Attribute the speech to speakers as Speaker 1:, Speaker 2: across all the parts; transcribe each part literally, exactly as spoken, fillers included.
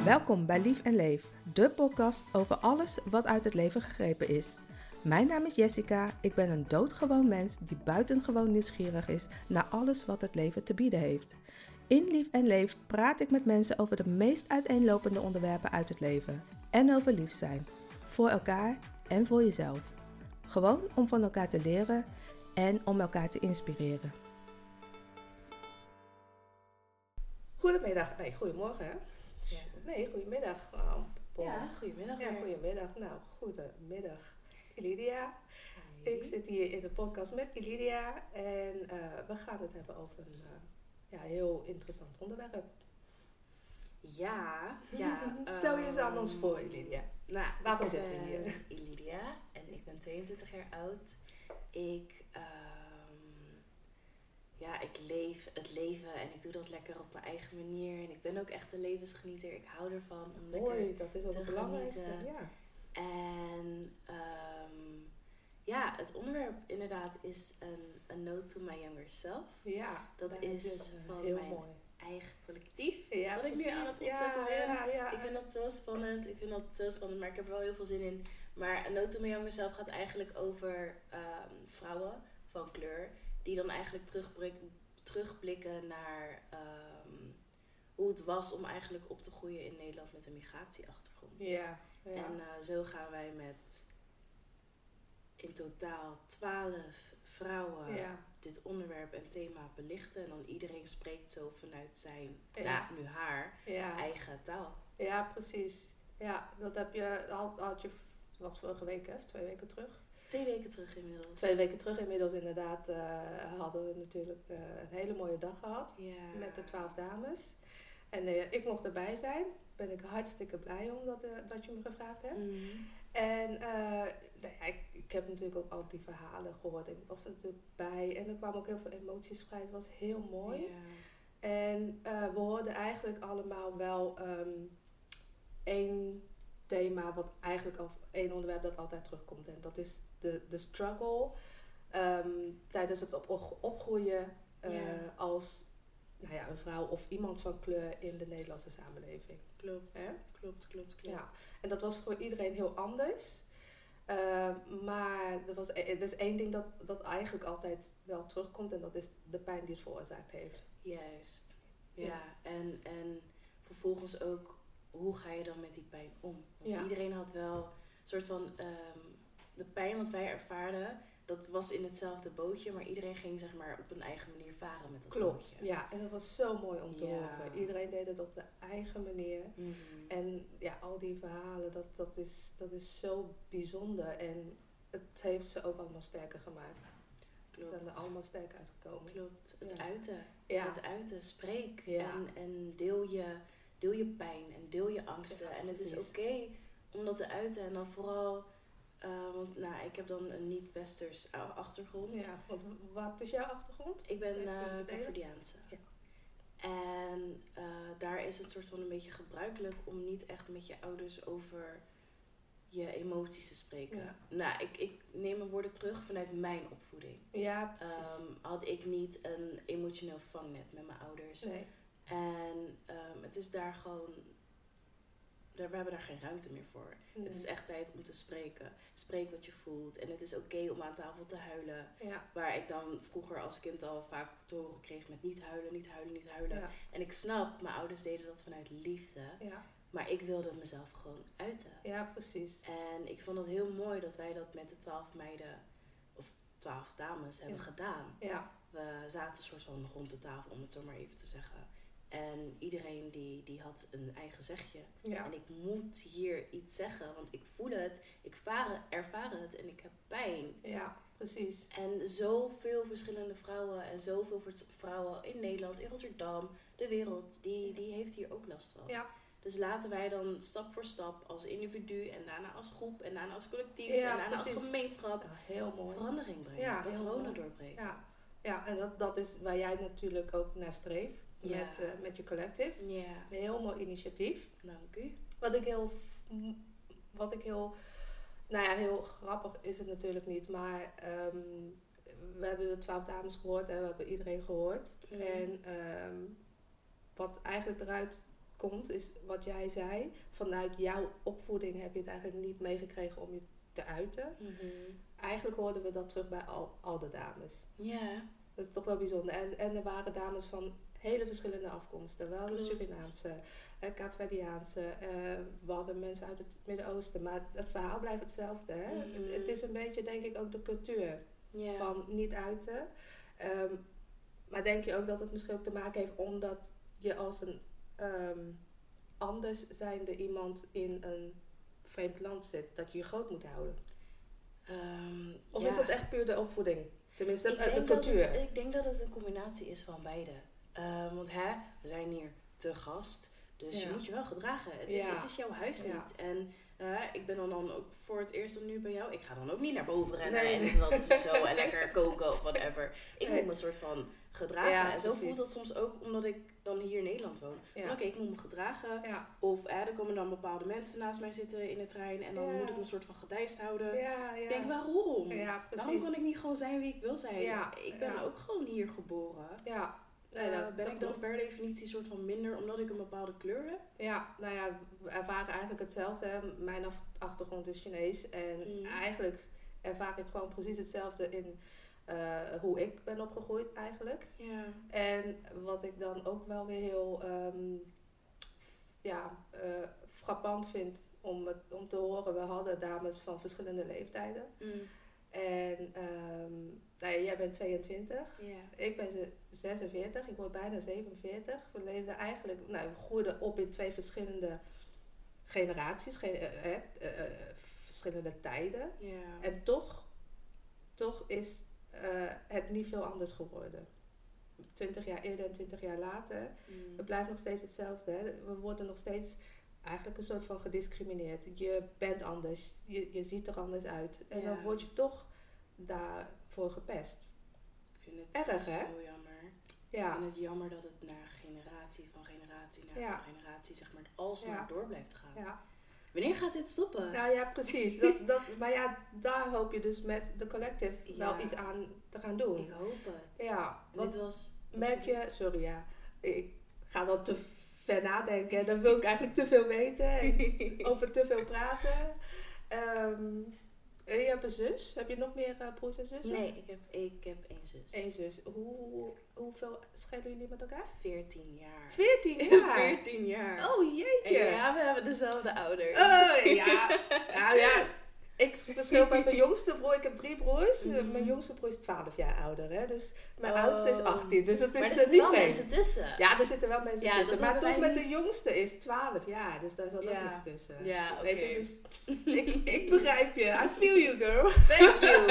Speaker 1: Welkom bij Lief en Leef, de podcast over alles wat uit het leven gegrepen is. Mijn naam is Jessica, ik ben een doodgewoon mens die buitengewoon nieuwsgierig is naar alles wat het leven te bieden heeft. In Lief en Leef praat ik met mensen over de meest uiteenlopende onderwerpen uit het leven. En over lief zijn, voor elkaar en voor jezelf. Gewoon om van elkaar te leren en om elkaar te inspireren. Goedemiddag, nee, goedemorgen hè?
Speaker 2: Ja.
Speaker 1: Nee, goedemiddag. Oh,
Speaker 2: Ja, goedemiddag.
Speaker 1: Ja,
Speaker 2: weer.
Speaker 1: goedemiddag. Nou, goedemiddag Lydia.
Speaker 2: Hey.
Speaker 1: Ik zit hier in de podcast met Lydia en uh, we gaan het hebben over een uh, ja, heel interessant onderwerp.
Speaker 2: Ja, ja.
Speaker 1: Stel je eens aan ons
Speaker 2: um,
Speaker 1: voor, Lydia.
Speaker 2: Nou,
Speaker 1: Waarom
Speaker 2: ik
Speaker 1: zitten we
Speaker 2: ben
Speaker 1: hier?
Speaker 2: Lydia en ik ben tweeëntwintig jaar oud. Ik, um, ja, ik leef het leven en ik doe dat lekker op mijn eigen manier. En ik ben ook echt een levensgenieter. Ik hou ervan om
Speaker 1: Mooi,
Speaker 2: lekker
Speaker 1: dat is ook
Speaker 2: te
Speaker 1: het belangrijkste.
Speaker 2: genieten.
Speaker 1: Ja.
Speaker 2: En um, ja, het onderwerp inderdaad is een A Note to My Younger Self.
Speaker 1: Ja,
Speaker 2: Dat
Speaker 1: daar
Speaker 2: is
Speaker 1: heb je het, uh,
Speaker 2: van
Speaker 1: heel
Speaker 2: mijn
Speaker 1: mooi.
Speaker 2: eigen collectief.
Speaker 1: Ja,
Speaker 2: wat ik nu aan het
Speaker 1: precies.
Speaker 2: opzetten
Speaker 1: Ja,
Speaker 2: ben.
Speaker 1: ja, ja.
Speaker 2: Ik vind dat zo spannend. Ik vind dat zo spannend, maar ik heb er wel heel veel zin in. Maar A Note to My Younger Self gaat eigenlijk over um, vrouwen van kleur. Die dan eigenlijk terugblik- terugblikken naar um, hoe het was om eigenlijk op te groeien in Nederland met een migratieachtergrond.
Speaker 1: Ja, ja.
Speaker 2: En uh, zo gaan wij met in totaal twaalf vrouwen
Speaker 1: ja.
Speaker 2: dit onderwerp en thema belichten. En dan iedereen spreekt zo vanuit zijn,
Speaker 1: Ja.
Speaker 2: nou, nu haar,
Speaker 1: ja.
Speaker 2: eigen taal.
Speaker 1: Ja, precies. Ja, dat heb je, had, had je, was vorige week, hè, twee weken terug.
Speaker 2: Twee weken terug inmiddels.
Speaker 1: Twee weken terug inmiddels inderdaad uh, hadden we natuurlijk uh, een hele mooie dag gehad.
Speaker 2: Ja.
Speaker 1: Met de twaalf dames. En uh, ik mocht erbij zijn. Ben ik hartstikke blij om dat, uh, dat je me gevraagd hebt.
Speaker 2: Mm.
Speaker 1: En uh, nou ja, ik, ik heb natuurlijk ook al die verhalen gehoord. Ik was er natuurlijk bij. En er kwamen ook heel veel emoties vrij. Het was heel mooi.
Speaker 2: Ja.
Speaker 1: En uh, we hoorden eigenlijk allemaal wel um, één thema, wat eigenlijk al één onderwerp dat altijd terugkomt. En dat is de, de struggle um, tijdens het op, opgroeien uh,
Speaker 2: Ja.
Speaker 1: als nou ja, een vrouw of iemand van kleur in de Nederlandse samenleving.
Speaker 2: Klopt,
Speaker 1: Hè?
Speaker 2: klopt, klopt, klopt.
Speaker 1: Ja. En dat was voor iedereen heel anders. Uh, maar er, was, er is één ding dat, dat eigenlijk altijd wel terugkomt en dat is de pijn die het veroorzaakt heeft.
Speaker 2: Juist. Ja,
Speaker 1: Ja.
Speaker 2: En, en vervolgens ook, hoe ga je dan met die pijn om? Want
Speaker 1: Ja.
Speaker 2: iedereen had wel een soort van, um, de pijn wat wij ervaarden, dat was in hetzelfde bootje, maar iedereen ging zeg maar op een eigen manier varen met dat
Speaker 1: Klopt,
Speaker 2: bootje.
Speaker 1: ja. En dat was zo mooi om te
Speaker 2: Ja.
Speaker 1: horen. Iedereen deed het op de eigen manier.
Speaker 2: Mm-hmm.
Speaker 1: En ja, al die verhalen, dat, dat, is, dat is zo bijzonder. En het heeft ze ook allemaal sterker gemaakt. Ze zijn er allemaal sterk uitgekomen.
Speaker 2: Klopt, het
Speaker 1: Ja.
Speaker 2: uiten.
Speaker 1: Ja.
Speaker 2: Het uiten, spreek.
Speaker 1: Ja.
Speaker 2: En, en deel, je, deel je pijn en deel je angsten.
Speaker 1: Ja,
Speaker 2: en het is
Speaker 1: precies.
Speaker 2: oké okay om dat te uiten. En dan vooral, uh, want nou, ik heb dan een niet-westers achtergrond.
Speaker 1: Ja, want wat is jouw achtergrond?
Speaker 2: Ik ben
Speaker 1: Kun je
Speaker 2: uh,
Speaker 1: delen?
Speaker 2: Caverdiaanse.
Speaker 1: Ja.
Speaker 2: En uh, daar is het soort van een beetje gebruikelijk om niet echt met je ouders over je emoties te spreken.
Speaker 1: Ja.
Speaker 2: Nou, ik, ik neem mijn woorden terug vanuit mijn opvoeding.
Speaker 1: Ja, precies.
Speaker 2: Um, had ik niet een emotioneel vangnet met mijn ouders.
Speaker 1: Nee.
Speaker 2: En um, het is daar gewoon, daar, we hebben daar geen ruimte meer voor.
Speaker 1: Nee.
Speaker 2: Het is echt tijd om te spreken. Spreek wat je voelt. En het is oké okay om aan tafel te huilen.
Speaker 1: Ja.
Speaker 2: Waar ik dan vroeger als kind al vaak te horen kreeg met niet huilen, niet huilen, niet huilen.
Speaker 1: Ja.
Speaker 2: En ik snap, mijn ouders deden dat vanuit liefde.
Speaker 1: Ja.
Speaker 2: Maar ik wilde mezelf gewoon uiten.
Speaker 1: Ja, precies.
Speaker 2: En ik vond het heel mooi dat wij dat met de twaalf meiden, of twaalf dames, hebben
Speaker 1: Ja.
Speaker 2: gedaan.
Speaker 1: Ja.
Speaker 2: We zaten soort van rond de tafel, om het zo maar even te zeggen. En iedereen die, die had een eigen zegje.
Speaker 1: Ja.
Speaker 2: En ik moet hier iets zeggen, want ik voel het, ik ervaar, ervaar het en ik heb pijn.
Speaker 1: Ja, precies.
Speaker 2: En zoveel verschillende vrouwen en zoveel vrouwen in Nederland, in Rotterdam, de wereld, die, die heeft hier ook last van.
Speaker 1: Ja.
Speaker 2: Dus laten wij dan stap voor stap als individu en daarna als groep en daarna als collectief
Speaker 1: Ja,
Speaker 2: en daarna
Speaker 1: precies.
Speaker 2: als gemeenschap
Speaker 1: Ja, heel mooi.
Speaker 2: verandering brengen,
Speaker 1: Ja, heel
Speaker 2: patronen
Speaker 1: mooi.
Speaker 2: doorbreken.
Speaker 1: Ja, ja en dat, dat is waar jij natuurlijk ook naar streeft.
Speaker 2: Ja.
Speaker 1: Met, uh, met je collective.
Speaker 2: Ja,
Speaker 1: Een heel mooi initiatief.
Speaker 2: dank u.
Speaker 1: Wat ik heel, wat ik heel, nou ja, heel grappig is het natuurlijk niet, maar um, we hebben de twaalf dames gehoord en we hebben iedereen gehoord.
Speaker 2: Mm.
Speaker 1: En um, wat eigenlijk eruit
Speaker 3: komt, is wat jij zei. Vanuit jouw opvoeding heb je het eigenlijk niet meegekregen om je te uiten.
Speaker 2: Mm-hmm.
Speaker 3: Eigenlijk hoorden we dat terug bij al, al de dames.
Speaker 2: Ja.
Speaker 3: Dat is toch wel bijzonder. En, en er waren dames van hele verschillende afkomsten. Wel de Surinaamse, eh, Kaapverdiaanse. Uh, we hadden mensen uit het Midden-Oosten. Maar het verhaal blijft hetzelfde. Hè?
Speaker 2: Mm-hmm.
Speaker 3: Het, het is een beetje, denk ik, ook de cultuur
Speaker 2: Yeah.
Speaker 3: van niet uiten. Um, maar denk je ook dat het misschien ook te maken heeft omdat je als een um, anders zijnde iemand in een vreemd land zit, dat je je groot moet houden?
Speaker 2: Um,
Speaker 3: of
Speaker 2: ja.
Speaker 3: is dat echt puur de opvoeding? Tenminste,
Speaker 2: ik
Speaker 3: de
Speaker 2: denk
Speaker 3: cultuur.
Speaker 2: Het, ik denk dat het een combinatie is van beide. Uh, want hè, we zijn hier te gast, dus ja. je moet je wel gedragen. Het is, ja. het is jouw huis
Speaker 3: ja.
Speaker 2: niet. En uh, ik ben dan, dan ook voor het eerst dan nu bij jou. Ik ga dan ook niet naar boven rennen
Speaker 3: nee,
Speaker 2: en
Speaker 3: nee.
Speaker 2: dat is zo en lekker koken of whatever. Ik nee. moet me een soort van gedragen.
Speaker 3: Ja,
Speaker 2: en zo
Speaker 3: precies.
Speaker 2: voelt dat soms ook omdat ik dan hier in Nederland woon.
Speaker 3: Ja.
Speaker 2: Oké, okay, ik moet me gedragen.
Speaker 3: Ja.
Speaker 2: Of eh, er komen dan bepaalde mensen naast mij zitten in de trein en dan
Speaker 3: ja.
Speaker 2: moet ik me een soort van gedijst houden.
Speaker 3: Ja, ja.
Speaker 2: Ik denk, waarom?
Speaker 3: Ja,
Speaker 2: waarom kan ik niet gewoon zijn wie ik wil zijn?
Speaker 3: Ja,
Speaker 2: ik ben
Speaker 3: ja.
Speaker 2: ook gewoon hier geboren.
Speaker 3: Ja. Nee,
Speaker 2: uh,
Speaker 3: dat,
Speaker 2: ben
Speaker 3: dat
Speaker 2: ik dan
Speaker 3: klopt.
Speaker 2: per definitie soort van minder omdat ik een bepaalde kleur heb?
Speaker 3: Ja, nou ja, we ervaren eigenlijk hetzelfde. Hè. Mijn af- achtergrond is Chinees. En mm. eigenlijk ervaar ik gewoon precies hetzelfde in uh, hoe ik ben opgegroeid eigenlijk.
Speaker 2: Ja.
Speaker 3: En wat ik dan ook wel weer heel um, ja, uh, frappant vind om, het, om te horen. We hadden dames van verschillende leeftijden.
Speaker 2: Mm.
Speaker 3: En um, nou ja, jij bent tweeëntwintig.
Speaker 2: Yeah.
Speaker 3: Ik ben zesenveertig. Ik word bijna zevenenveertig. We leefden eigenlijk, nou, we groeiden op in twee verschillende generaties, ge- uh, uh, uh, verschillende tijden.
Speaker 2: Yeah.
Speaker 3: En toch, toch is uh, het niet veel anders geworden. Twintig jaar eerder en twintig jaar later.
Speaker 2: Mm.
Speaker 3: Het blijft nog steeds hetzelfde. Hè? We worden nog steeds eigenlijk een soort van gediscrimineerd. Je bent anders. Je, je ziet er anders uit. En
Speaker 2: ja.
Speaker 3: dan word je toch daarvoor gepest.
Speaker 2: Ik vind het
Speaker 3: erg,
Speaker 2: zo
Speaker 3: hè?
Speaker 2: jammer.
Speaker 3: Ja.
Speaker 2: Ik vind het jammer dat het naar generatie van generatie naar
Speaker 3: ja.
Speaker 2: generatie zeg maar alsmaar
Speaker 3: ja.
Speaker 2: door blijft gaan.
Speaker 3: Ja.
Speaker 2: Wanneer gaat dit stoppen?
Speaker 3: Nou ja, precies. dat, dat, maar ja, daar hoop je dus met de collective
Speaker 2: ja.
Speaker 3: wel iets aan te gaan doen.
Speaker 2: Ik hoop het.
Speaker 3: Ja.
Speaker 2: Dit was...
Speaker 3: Merk je... Sorry, ja. Ik ga dan te ver nadenken. Dan wil ik eigenlijk te veel weten. En over te veel praten. Um, je hebt een zus. Heb je nog meer uh, broers en zussen?
Speaker 2: Nee, ik heb, ik heb één zus.
Speaker 3: Eén zus. Hoe, hoeveel schelen jullie met elkaar?
Speaker 2: Veertien jaar.
Speaker 3: Veertien jaar?
Speaker 2: Veertien jaar.
Speaker 3: Oh, jeetje.
Speaker 2: En ja, we hebben dezelfde ouders.
Speaker 3: Oh, ja. Nou ja, ik verschil met mijn jongste broer. Ik heb drie broers. Mm-hmm. Mijn jongste broer is twaalf jaar ouder. Hè? Dus mijn oh. oudste is achttien. Dus het is
Speaker 2: maar er zitten
Speaker 3: niet
Speaker 2: wel
Speaker 3: vreemd.
Speaker 2: mensen tussen.
Speaker 3: Ja, er zitten wel mensen
Speaker 2: ja,
Speaker 3: tussen. Maar toch met
Speaker 2: niet...
Speaker 3: de jongste is twaalf jaar. Dus daar zat
Speaker 2: ja.
Speaker 3: ook niks tussen.
Speaker 2: Ja, oké. Okay.
Speaker 3: Dus ik, ik begrijp je. I feel you, girl.
Speaker 2: Thank you.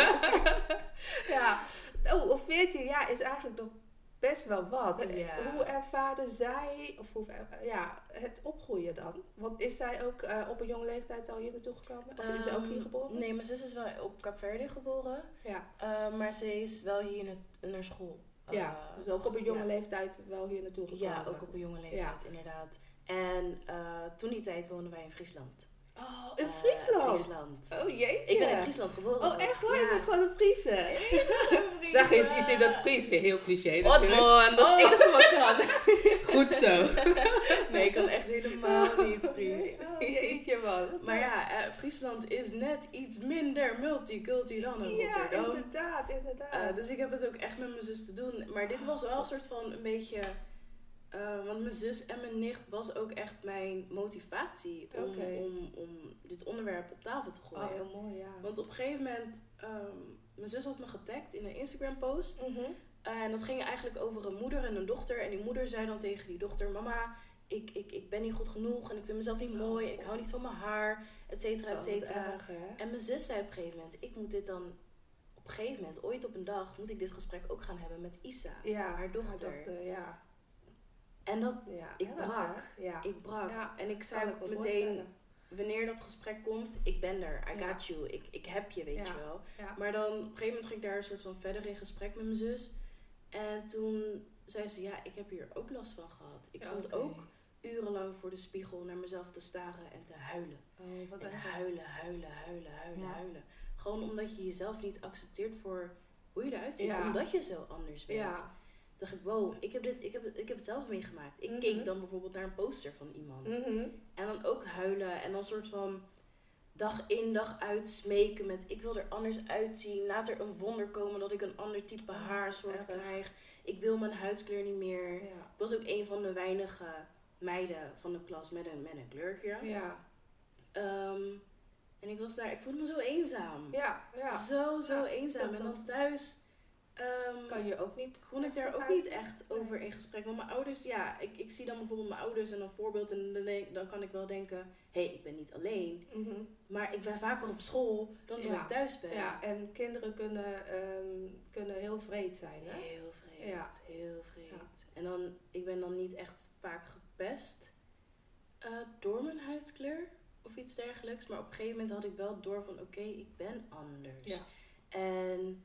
Speaker 3: Ja. Oh, of veertien jaar is eigenlijk nog best wel wat.
Speaker 2: Ja.
Speaker 3: Hoe ervaarde zij, of hoe, ja, het opgroeien dan? Want is zij ook uh, op een jonge leeftijd al hier naartoe gekomen? Of um, is ze ook hier geboren?
Speaker 2: Nee, mijn zus is wel op Kaapverdi geboren.
Speaker 3: Ja.
Speaker 2: Uh, maar ze is wel hier na- naar school. Uh,
Speaker 3: ja, dus ook op een jonge ja. leeftijd wel hier naartoe gekomen.
Speaker 2: Ja, ook op een jonge leeftijd, ja. inderdaad. En uh, toen die tijd woonden wij in Friesland.
Speaker 3: Oh, in Friesland?
Speaker 2: Uh, Friesland.
Speaker 3: Oh jeetje.
Speaker 2: Ik ben in Friesland geboren.
Speaker 3: Oh echt waar?
Speaker 2: Ja.
Speaker 3: Je bent gewoon een Friese. Zeg eens iets in dat Fries. Weer heel cliché.
Speaker 2: Wat man, dat is het enige wat kan.
Speaker 3: Goed zo.
Speaker 2: Nee, ik kan echt helemaal niet Fries.
Speaker 3: Oh jeetje man.
Speaker 2: Maar ja, uh, Friesland is net iets minder multicultureel dan in Rotterdam.
Speaker 3: Ja, inderdaad, inderdaad.
Speaker 2: Uh, dus ik heb het ook echt met mijn zus te doen. Maar dit was wel een soort van een beetje... Uh, want mijn zus en mijn nicht was ook echt mijn motivatie om,
Speaker 3: okay.
Speaker 2: om, om dit onderwerp op tafel te gooien.
Speaker 3: Oh, heel mooi, ja.
Speaker 2: Want op een gegeven moment, um, mijn zus had me getagd in een Instagram post.
Speaker 3: Mm-hmm.
Speaker 2: Uh, en dat ging eigenlijk over een moeder en een dochter. En die moeder zei dan tegen die dochter, mama, ik, ik, ik ben niet goed genoeg en ik vind mezelf niet oh, mooi. God. Ik hou niet van mijn haar, et cetera, et cetera.
Speaker 3: Oh,
Speaker 2: en mijn zus zei op een gegeven moment, ik moet dit dan... Op een gegeven moment, ooit op een dag, moet ik dit gesprek ook gaan hebben met Isa,
Speaker 3: ja,
Speaker 2: haar dochter.
Speaker 3: Haar dochter ja.
Speaker 2: En dat,
Speaker 3: ja,
Speaker 2: ik
Speaker 3: ja,
Speaker 2: brak.
Speaker 3: Ja.
Speaker 2: Ik brak.
Speaker 3: Ja,
Speaker 2: en ik zei
Speaker 3: ik
Speaker 2: meteen, wanneer dat gesprek komt, ik ben er. I got ja. you. Ik, ik heb je, weet
Speaker 3: ja.
Speaker 2: je wel.
Speaker 3: Ja.
Speaker 2: Maar dan, op een gegeven moment ging ik daar een soort van verder in gesprek met mijn zus. En toen zei ze, ja, ik heb hier ook last van gehad. Ik stond
Speaker 3: okay.
Speaker 2: ook urenlang voor de spiegel naar mezelf te staren en te huilen.
Speaker 3: Oh, wat
Speaker 2: en
Speaker 3: erg.
Speaker 2: huilen, huilen, huilen, huilen,
Speaker 3: ja.
Speaker 2: huilen. Gewoon omdat je jezelf niet accepteert voor hoe je eruit ziet.
Speaker 3: Ja.
Speaker 2: Omdat je zo anders bent.
Speaker 3: Ja.
Speaker 2: dacht ik, wow, ik heb, dit, ik heb, ik heb het zelf meegemaakt. Ik
Speaker 3: Mm-hmm.
Speaker 2: keek dan bijvoorbeeld naar een poster van iemand.
Speaker 3: Mm-hmm.
Speaker 2: En dan ook huilen. En dan soort van dag in dag uit smeken met... Ik wil er anders uitzien. Laat er een wonder komen dat ik een ander type haarsoort
Speaker 3: erg.
Speaker 2: krijg. Ik wil mijn huidskleur niet meer.
Speaker 3: Ja.
Speaker 2: Ik was ook een van de weinige meiden van de klas met een, met een kleurtje.
Speaker 3: Ja.
Speaker 2: Um, en ik was daar... Ik voelde me zo eenzaam.
Speaker 3: Ja. Ja.
Speaker 2: Zo, zo
Speaker 3: Ja,
Speaker 2: eenzaam.
Speaker 3: dat-
Speaker 2: En dan
Speaker 3: dat-
Speaker 2: thuis... Um,
Speaker 3: Kan je ook niet.
Speaker 2: kon ik daar ook niet echt over in gesprek. Want mijn ouders, ja, ik, ik zie dan bijvoorbeeld mijn ouders en een voorbeeld. En dan, denk, dan kan ik wel denken, hé, hey, ik ben niet alleen.
Speaker 3: Mm-hmm.
Speaker 2: Maar ik ben vaker op school dan toen
Speaker 3: Ja.
Speaker 2: ik thuis ben.
Speaker 3: Ja, en kinderen kunnen, um, kunnen heel vreed zijn, hè?
Speaker 2: Heel vreed,
Speaker 3: Ja.
Speaker 2: heel vreed.
Speaker 3: Ja.
Speaker 2: En dan, ik ben dan niet echt vaak gepest uh, door mijn huidskleur of iets dergelijks. Maar op een gegeven moment had ik wel door van, oké, okay, ik ben anders.
Speaker 3: Ja.
Speaker 2: En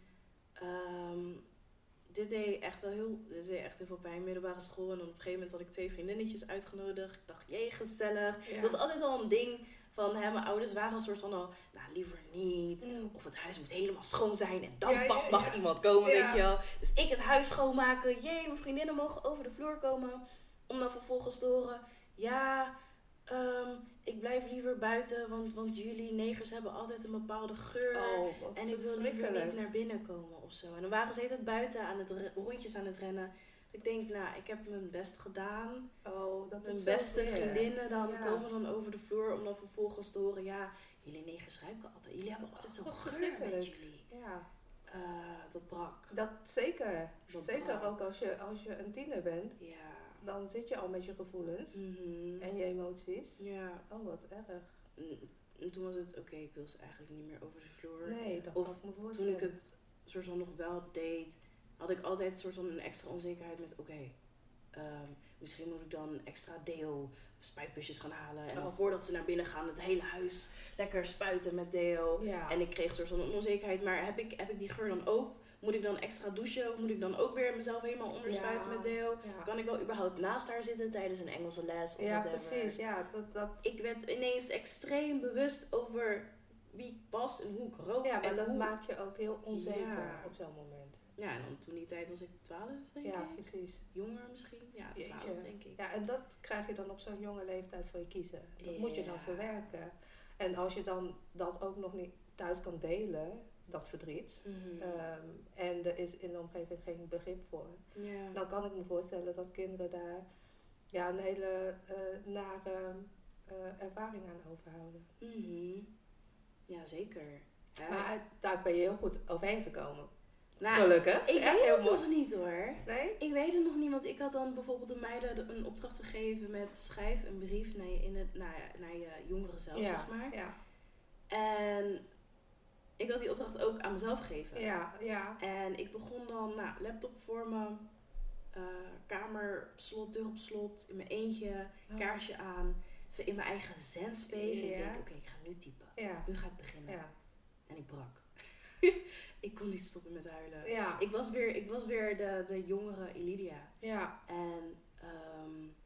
Speaker 2: um, dit deed echt al heel, dit deed echt heel veel pijn, middelbare school. En dan op een gegeven moment had ik twee vriendinnetjes uitgenodigd. Ik dacht, jee, gezellig.
Speaker 3: Ja.
Speaker 2: Dat was altijd al een ding van, hè, mijn ouders waren een soort van al, nou, liever niet.
Speaker 3: Mm.
Speaker 2: Of het huis moet helemaal schoon zijn en dan
Speaker 3: Ja, ja,
Speaker 2: pas mag
Speaker 3: ja.
Speaker 2: iemand komen,
Speaker 3: Ja.
Speaker 2: weet je wel. Dus ik het huis schoonmaken. Jee, mijn vriendinnen mogen over de vloer komen. Om dan vervolgens te horen, ja, um, ik blijf liever buiten, want, want jullie negers hebben altijd een bepaalde geur.
Speaker 3: Oh, wat
Speaker 2: En ik wil liever
Speaker 3: verschrikkelijk.
Speaker 2: niet naar binnen komen of zo. En dan waren ze altijd buiten aan het re- rondjes aan het rennen. Ik denk, nou, ik heb mijn best gedaan.
Speaker 3: Oh, dat
Speaker 2: Mijn
Speaker 3: doet
Speaker 2: beste
Speaker 3: zoveel.
Speaker 2: vriendinnen dan
Speaker 3: Ja.
Speaker 2: komen dan over de vloer om dan vervolgens te horen, ja, jullie negers ruiken altijd. Jullie hebben altijd zo'n
Speaker 3: Wat
Speaker 2: geur
Speaker 3: verschrikkelijk.
Speaker 2: met jullie.
Speaker 3: Ja,
Speaker 2: Uh, dat brak.
Speaker 3: dat zeker.
Speaker 2: Dat
Speaker 3: Zeker
Speaker 2: brak.
Speaker 3: ook als je, als je een tiener bent.
Speaker 2: Ja.
Speaker 3: Dan zit je al met je gevoelens
Speaker 2: Mhm.
Speaker 3: en je emoties.
Speaker 2: Ja.
Speaker 3: Oh, wat erg.
Speaker 2: En, en toen was het, oké, okay, ik wil ze eigenlijk niet meer over de vloer.
Speaker 3: Nee, dat
Speaker 2: Of
Speaker 3: kan ik me
Speaker 2: Toen
Speaker 3: voorstellen.
Speaker 2: ik het soort van nog wel deed, had ik altijd een soort van een extra onzekerheid met, oké, okay, um, misschien moet ik dan extra deo, spuitbusjes gaan halen. En dan
Speaker 3: Oh.
Speaker 2: voordat ze naar binnen gaan, het hele huis lekker spuiten met deo.
Speaker 3: Ja.
Speaker 2: En ik kreeg een soort van een onzekerheid, maar heb ik, heb ik die geur dan ook? Moet ik dan extra douchen? Of moet ik dan ook weer mezelf helemaal onderspuiten
Speaker 3: Ja.
Speaker 2: met deo?
Speaker 3: Ja.
Speaker 2: Kan ik wel überhaupt naast haar zitten tijdens een Engelse les of
Speaker 3: Ja,
Speaker 2: whatever?
Speaker 3: precies. Ja, dat, dat,
Speaker 2: Ik werd ineens extreem bewust over wie ik was en hoe ik rook.
Speaker 3: ja, maar
Speaker 2: en
Speaker 3: dat
Speaker 2: hoe...
Speaker 3: maakt je ook heel onzeker
Speaker 2: Ja.
Speaker 3: op zo'n moment.
Speaker 2: Ja, en dan toen die tijd was ik twaalf, denk
Speaker 3: Ja,
Speaker 2: ik.
Speaker 3: precies.
Speaker 2: Jonger misschien. Ja,
Speaker 3: Jeetje.
Speaker 2: twaalf denk ik.
Speaker 3: Ja, en dat krijg je dan op zo'n jonge leeftijd voor je kiezen. Dat moet je dan
Speaker 2: Ja.
Speaker 3: verwerken. En als je dan dat ook nog niet thuis kan delen, dat verdriet,
Speaker 2: Mhm.
Speaker 3: um, en er is in de omgeving geen begrip voor,
Speaker 2: ja.
Speaker 3: dan kan ik me voorstellen dat kinderen daar ja, een hele uh, nare uh, ervaring aan overhouden.
Speaker 2: Mhm. Ja, zeker. Ja.
Speaker 3: Maar uit- daar ben je heel goed overheen gekomen.
Speaker 2: Nou,
Speaker 3: Gelukkig.
Speaker 2: ik
Speaker 3: Ja,
Speaker 2: weet
Speaker 3: heel
Speaker 2: het
Speaker 3: mooi.
Speaker 2: nog niet hoor.
Speaker 3: Nee?
Speaker 2: Ik weet het nog niet, want ik had dan bijvoorbeeld de meiden een opdracht gegeven met schrijf een brief naar je, in het, naar, je- naar je jongeren zelf,
Speaker 3: Ja,
Speaker 2: zeg maar.
Speaker 3: ja,
Speaker 2: En ik had die opdracht ook aan mezelf gegeven.
Speaker 3: ja, ja.
Speaker 2: En ik begon dan, nou, laptop voor me, uh, kamer op slot, deur op slot, in mijn eentje,
Speaker 3: Oh.
Speaker 2: kaarsje aan, even in mijn eigen zen space. En ik
Speaker 3: Ja.
Speaker 2: denk, oké, okay, ik ga nu typen.
Speaker 3: Ja,
Speaker 2: Nu ga ik beginnen.
Speaker 3: ja,
Speaker 2: En ik brak. Ik kon niet stoppen met huilen.
Speaker 3: ja,
Speaker 2: Ik was weer, ik was weer de, de jongere Elidia.
Speaker 3: ja,
Speaker 2: En um,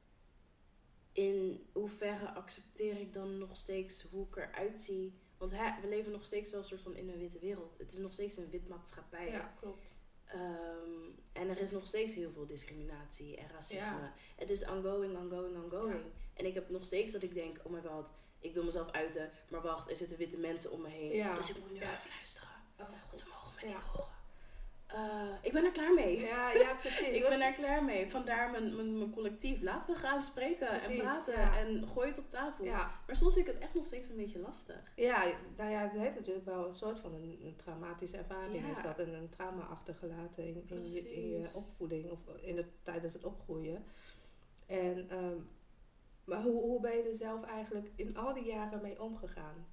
Speaker 2: in hoeverre accepteer ik dan nog steeds hoe ik eruit zie? Want hè, we leven nog steeds wel een soort van in een witte wereld. Het is nog steeds een wit maatschappij.
Speaker 3: ja, klopt.
Speaker 2: Um, en er is nog steeds heel veel discriminatie en racisme.
Speaker 3: Ja.
Speaker 2: Het is ongoing, ongoing, ongoing.
Speaker 3: Ja.
Speaker 2: En ik heb nog steeds dat ik denk, oh my god, ik wil mezelf uiten. Maar wacht, er zitten witte mensen om me heen.
Speaker 3: Ja.
Speaker 2: Dus ik moet nu
Speaker 3: Ja.
Speaker 2: even luisteren.
Speaker 3: Oh,
Speaker 2: Want ze mogen me
Speaker 3: Ja.
Speaker 2: niet horen. Uh, ik ben er klaar mee.
Speaker 3: Ja, ja, precies.
Speaker 2: Ik ben er klaar mee. Vandaar mijn, mijn, mijn collectief. Laten we gaan spreken
Speaker 3: Precies,
Speaker 2: en praten.
Speaker 3: ja.
Speaker 2: En gooi het op tafel.
Speaker 3: Ja,
Speaker 2: Maar soms vind ik het echt nog steeds een beetje lastig.
Speaker 3: ja, nou ja, het heeft natuurlijk wel een soort van een, een traumatische ervaring.
Speaker 2: Ja.
Speaker 3: Is dat en een trauma achtergelaten in, in, je, in je
Speaker 2: Precies.
Speaker 3: opvoeding of in de, tijdens het opgroeien. En, um, maar hoe, hoe ben je er zelf eigenlijk in al die jaren mee omgegaan?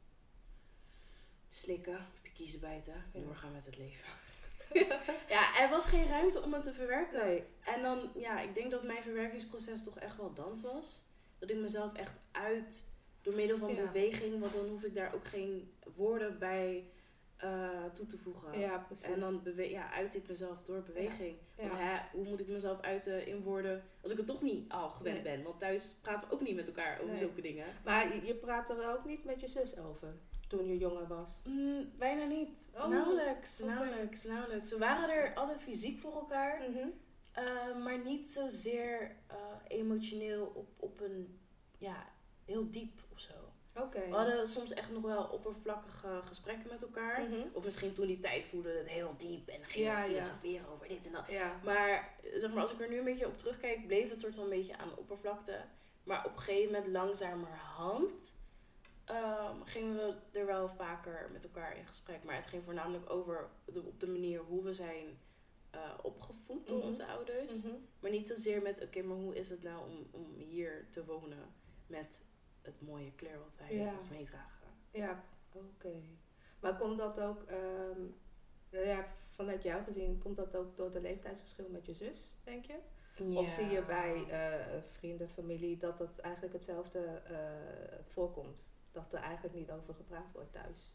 Speaker 2: Slikken, kiezen bijten,
Speaker 3: Ja.
Speaker 2: doorgaan met het leven. Ja, er was geen ruimte om het te verwerken.
Speaker 3: Nee.
Speaker 2: En dan, ja, ik denk dat mijn verwerkingsproces toch echt wel dans was. Dat ik mezelf echt uit, door middel van
Speaker 3: Ja.
Speaker 2: beweging, want dan hoef ik daar ook geen woorden bij uh, toe te voegen.
Speaker 3: Ja, precies.
Speaker 2: En dan bewe- ja, uit ik mezelf door beweging.
Speaker 3: Ja.
Speaker 2: Want hè, hoe moet ik mezelf uiten in woorden als ik het toch niet al gewend
Speaker 3: Nee.
Speaker 2: ben? Want thuis praten we ook niet met elkaar over
Speaker 3: Nee.
Speaker 2: zulke dingen.
Speaker 3: Maar je, je praat er ook niet met je zus over? toen je jonger was?
Speaker 2: Mm, bijna niet.
Speaker 3: Oh,
Speaker 2: nauwelijks,
Speaker 3: okay.
Speaker 2: nauwelijks, nauwelijks. We waren er altijd fysiek voor elkaar.
Speaker 3: Mm-hmm.
Speaker 2: Uh, maar niet zozeer uh, emotioneel op, op een, ja, heel diep of zo.
Speaker 3: Okay.
Speaker 2: We hadden soms echt nog wel oppervlakkige gesprekken met elkaar.
Speaker 3: Mm-hmm.
Speaker 2: Of misschien toen die tijd voelde het heel diep en dan ging
Speaker 3: ja,
Speaker 2: je filosoferen ja. over dit en dat.
Speaker 3: Ja.
Speaker 2: Maar, zeg maar als ik er nu een beetje op terugkijk, bleef het soort van een beetje aan de oppervlakte. Maar op een gegeven moment langzamerhand um, gingen we er wel vaker met elkaar in gesprek. Maar het ging voornamelijk over de, op de manier hoe we zijn uh, opgevoed door
Speaker 3: mm-hmm.
Speaker 2: onze ouders.
Speaker 3: Mm-hmm.
Speaker 2: Maar niet zozeer met, oké, okay, maar hoe is het nou om, om hier te wonen met het mooie kleur wat wij
Speaker 3: ja.
Speaker 2: met ons meedragen.
Speaker 3: Ja, oké. Okay. Maar komt dat ook, um, ja, vanuit jou gezien, komt dat ook door de leeftijdsverschil met je zus, denk je? Ja. Of zie je bij uh, vrienden, familie, dat het eigenlijk hetzelfde uh, voorkomt? Dat er eigenlijk niet over gepraat wordt thuis?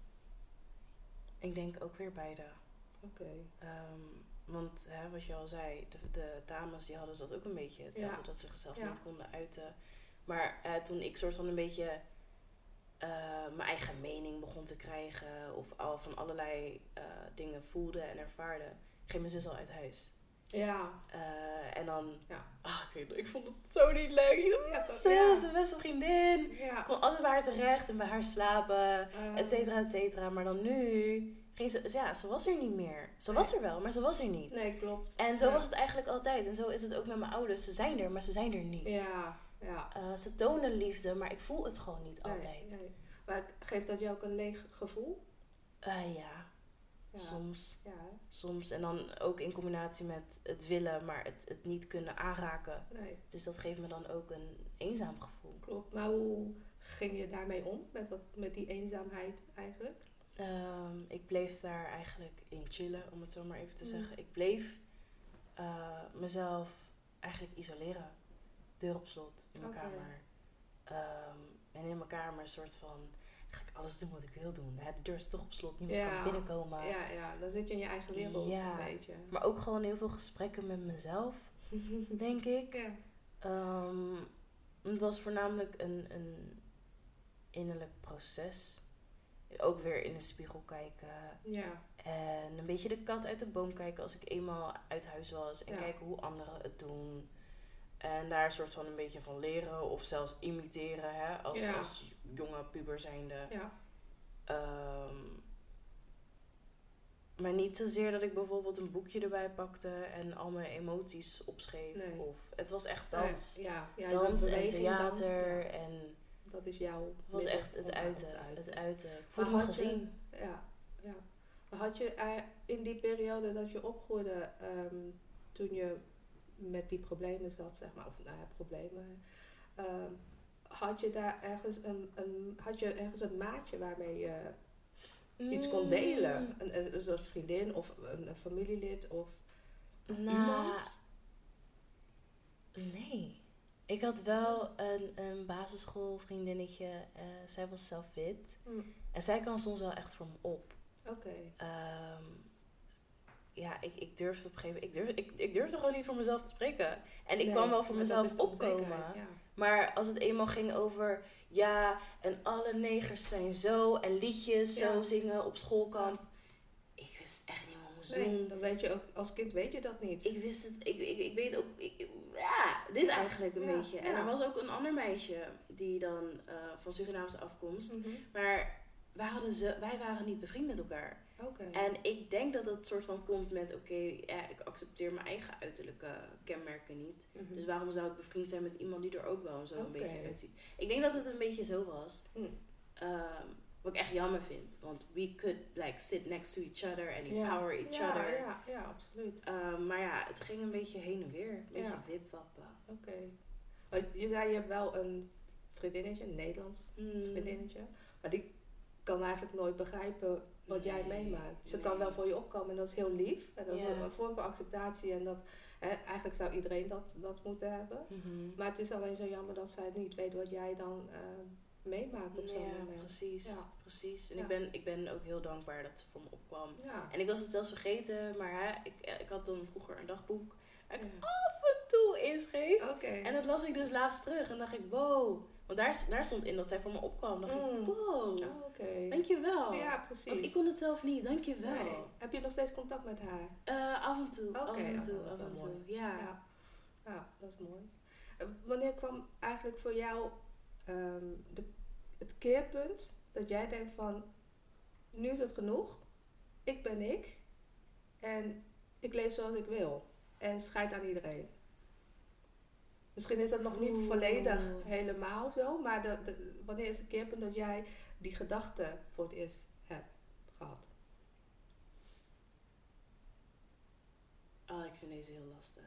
Speaker 2: Ik denk ook weer beide.
Speaker 3: Oké. Okay.
Speaker 2: Um, want hè, wat je al zei, de, de dames die hadden dat ook een beetje hetzelfde, ja. dat ze zichzelf ja. niet konden uiten. Maar uh, toen ik soort van een beetje uh, mijn eigen mening begon te krijgen of al van allerlei uh, dingen voelde en ervaarde, ging mijn zus al uit huis.
Speaker 3: Ja.
Speaker 2: Uh, en dan,
Speaker 3: ja.
Speaker 2: ah, ik, weet, ik vond het zo niet leuk. Ik dacht, ja, zus, ja. een beste vriendin.
Speaker 3: Ja.
Speaker 2: Ik kon altijd bij haar terecht en bij haar slapen, uh. et cetera, et cetera. Maar dan nu, ging ze, ja, ze was er niet meer. Ze nee. was er wel, maar ze was er niet.
Speaker 3: Nee, klopt.
Speaker 2: En zo
Speaker 3: ja.
Speaker 2: was het eigenlijk altijd. En zo is het ook met mijn ouders. Ze zijn er, maar ze zijn er niet.
Speaker 3: Ja. Ja.
Speaker 2: Uh, ze tonen liefde, maar ik voel het gewoon niet
Speaker 3: nee,
Speaker 2: altijd.
Speaker 3: Nee. Maar geeft dat jou ook een leeg gevoel?
Speaker 2: Uh, ja. ja, soms.
Speaker 3: Ja.
Speaker 2: Soms. En dan ook in combinatie met het willen, maar het, het niet kunnen aanraken.
Speaker 3: Nee.
Speaker 2: Dus dat geeft me dan ook een eenzaam gevoel.
Speaker 3: Klopt. Maar hoe ging je daarmee om? Met, wat, met die eenzaamheid eigenlijk?
Speaker 2: Um, ik bleef daar eigenlijk in chillen, om het zo maar even te mm. zeggen. Ik bleef uh, mezelf eigenlijk isoleren. Deur op slot in mijn okay. kamer. Um, en in mijn kamer een soort van, ga ik alles doen wat ik wil doen. De deur is toch op slot, niemand ja. kan binnenkomen.
Speaker 3: Ja, ja, dan zit je in je eigen wereld ja. een beetje.
Speaker 2: Maar ook gewoon heel veel gesprekken met mezelf, denk ik.
Speaker 3: Ja.
Speaker 2: Um, het was voornamelijk een, een innerlijk proces. Ook weer in de spiegel kijken.
Speaker 3: Ja.
Speaker 2: En een beetje de kat uit de boom kijken als ik eenmaal uit huis was. En ja. kijken hoe anderen het doen. En daar een soort van een beetje van leren of zelfs imiteren, hè, als, ja. als jonge puber zijnde.
Speaker 3: Ja.
Speaker 2: Um, maar niet zozeer dat ik bijvoorbeeld een boekje erbij pakte en al mijn emoties opschreef.
Speaker 3: Nee.
Speaker 2: Of, het was echt dans.
Speaker 3: Ja, ja,
Speaker 2: dans en theater.
Speaker 3: Dans, ja.
Speaker 2: En
Speaker 3: dat is jouw...
Speaker 2: Het was echt het uiten. Het uiten. Het uiten. Ik voelde
Speaker 3: me
Speaker 2: gezien.
Speaker 3: Je, ja, ja. Maar had je in die periode dat je opgroeide, um, toen je met die problemen zat, zeg maar, of nou ja, problemen, uh, had je daar ergens een, een, had je ergens een maatje waarmee je mm. iets kon delen? Een, een, een soort vriendin of een, een familielid of
Speaker 2: nou,
Speaker 3: iemand?
Speaker 2: Nee. Ik had wel een, een basisschoolvriendinnetje, uh, zij was zelf wit. Mm. En zij kwam soms wel echt voor me op.
Speaker 3: Oké. Okay.
Speaker 2: Um, Ja, ik, ik durfde op een gegeven moment... Ik, durf, ik, ik durfde gewoon niet voor mezelf te spreken. En ik nee, kwam wel voor mezelf opkomen. Ja. Maar als het eenmaal ging over... Ja, en alle negers zijn zo. En liedjes ja. zo zingen op schoolkamp. Ja. Ik wist echt niet wat ik moest
Speaker 3: nee,
Speaker 2: doen.
Speaker 3: Dan weet je ook, als kind weet je dat niet.
Speaker 2: Ik wist het... Ik, ik, ik weet ook... Ik, ja, dit eigenlijk een ja, beetje. En ja. er was ook een ander meisje... Die dan uh, van Surinaamse afkomst.
Speaker 3: Mm-hmm.
Speaker 2: Maar... Wij, hadden ze, wij waren niet bevriend met elkaar.
Speaker 3: Okay.
Speaker 2: En ik denk dat het soort van komt met... Oké, okay, ja, ik accepteer mijn eigen uiterlijke kenmerken niet.
Speaker 3: Mm-hmm.
Speaker 2: Dus waarom zou ik bevriend zijn met iemand die er ook wel zo okay. een beetje uitziet? Ik denk dat het een beetje zo was.
Speaker 3: Mm.
Speaker 2: Um, wat ik echt jammer vind. Want we could like sit next to each other and
Speaker 3: ja.
Speaker 2: empower each
Speaker 3: ja,
Speaker 2: other.
Speaker 3: Ja, ja, absoluut.
Speaker 2: Um, maar ja, het ging een beetje heen en weer. Een beetje
Speaker 3: ja.
Speaker 2: wipwappen.
Speaker 3: Oké. Okay. Je zei je hebt wel een vriendinnetje, een Nederlands mm. vriendinnetje. Maar die... kan eigenlijk nooit begrijpen wat nee, jij meemaakt. Ze nee. kan wel voor je opkomen en dat is heel lief. En dat is yeah. een vorm van acceptatie. En dat, hè, eigenlijk zou iedereen dat, dat moeten hebben.
Speaker 2: Mm-hmm.
Speaker 3: Maar het is alleen zo jammer dat zij niet weet wat jij dan uh, meemaakt op zo'n
Speaker 2: ja,
Speaker 3: moment.
Speaker 2: Precies, ja, precies. En
Speaker 3: ja.
Speaker 2: ik, ben, ik ben ook heel dankbaar dat ze voor me opkwam.
Speaker 3: Ja.
Speaker 2: En ik was het zelfs vergeten, maar hè, ik, ik had dan vroeger een dagboek. En ik
Speaker 3: ja.
Speaker 2: af en toe inschreef.
Speaker 3: Oké. Okay.
Speaker 2: En dat las ik dus laatst terug. En dacht ik, wow. Want daar, daar stond in dat zij voor me opkwam. dacht
Speaker 3: Mm.
Speaker 2: ik, wow.
Speaker 3: Oh, okay.
Speaker 2: Dankjewel.
Speaker 3: Ja, precies.
Speaker 2: Want ik kon het zelf niet. Dankjewel.
Speaker 3: Nee. Heb je nog steeds contact met haar?
Speaker 2: Uh, af en toe.
Speaker 3: Oké,
Speaker 2: af en
Speaker 3: oh,
Speaker 2: toe.
Speaker 3: dat is
Speaker 2: Af
Speaker 3: wel
Speaker 2: en toe.
Speaker 3: mooi.
Speaker 2: Ja.
Speaker 3: Ja. Ja, dat is mooi. Uh, wanneer kwam eigenlijk voor jou um, de, het keerpunt dat jij denkt van, nu is het genoeg. Ik ben ik. En ik leef zoals ik wil. En scheid aan iedereen. Misschien is dat nog niet
Speaker 2: Oeh.
Speaker 3: volledig helemaal zo. Maar de, de, wanneer is het keerpunt dat jij die gedachte voor het eerst hebt gehad?
Speaker 2: Oh, ik vind deze heel lastig.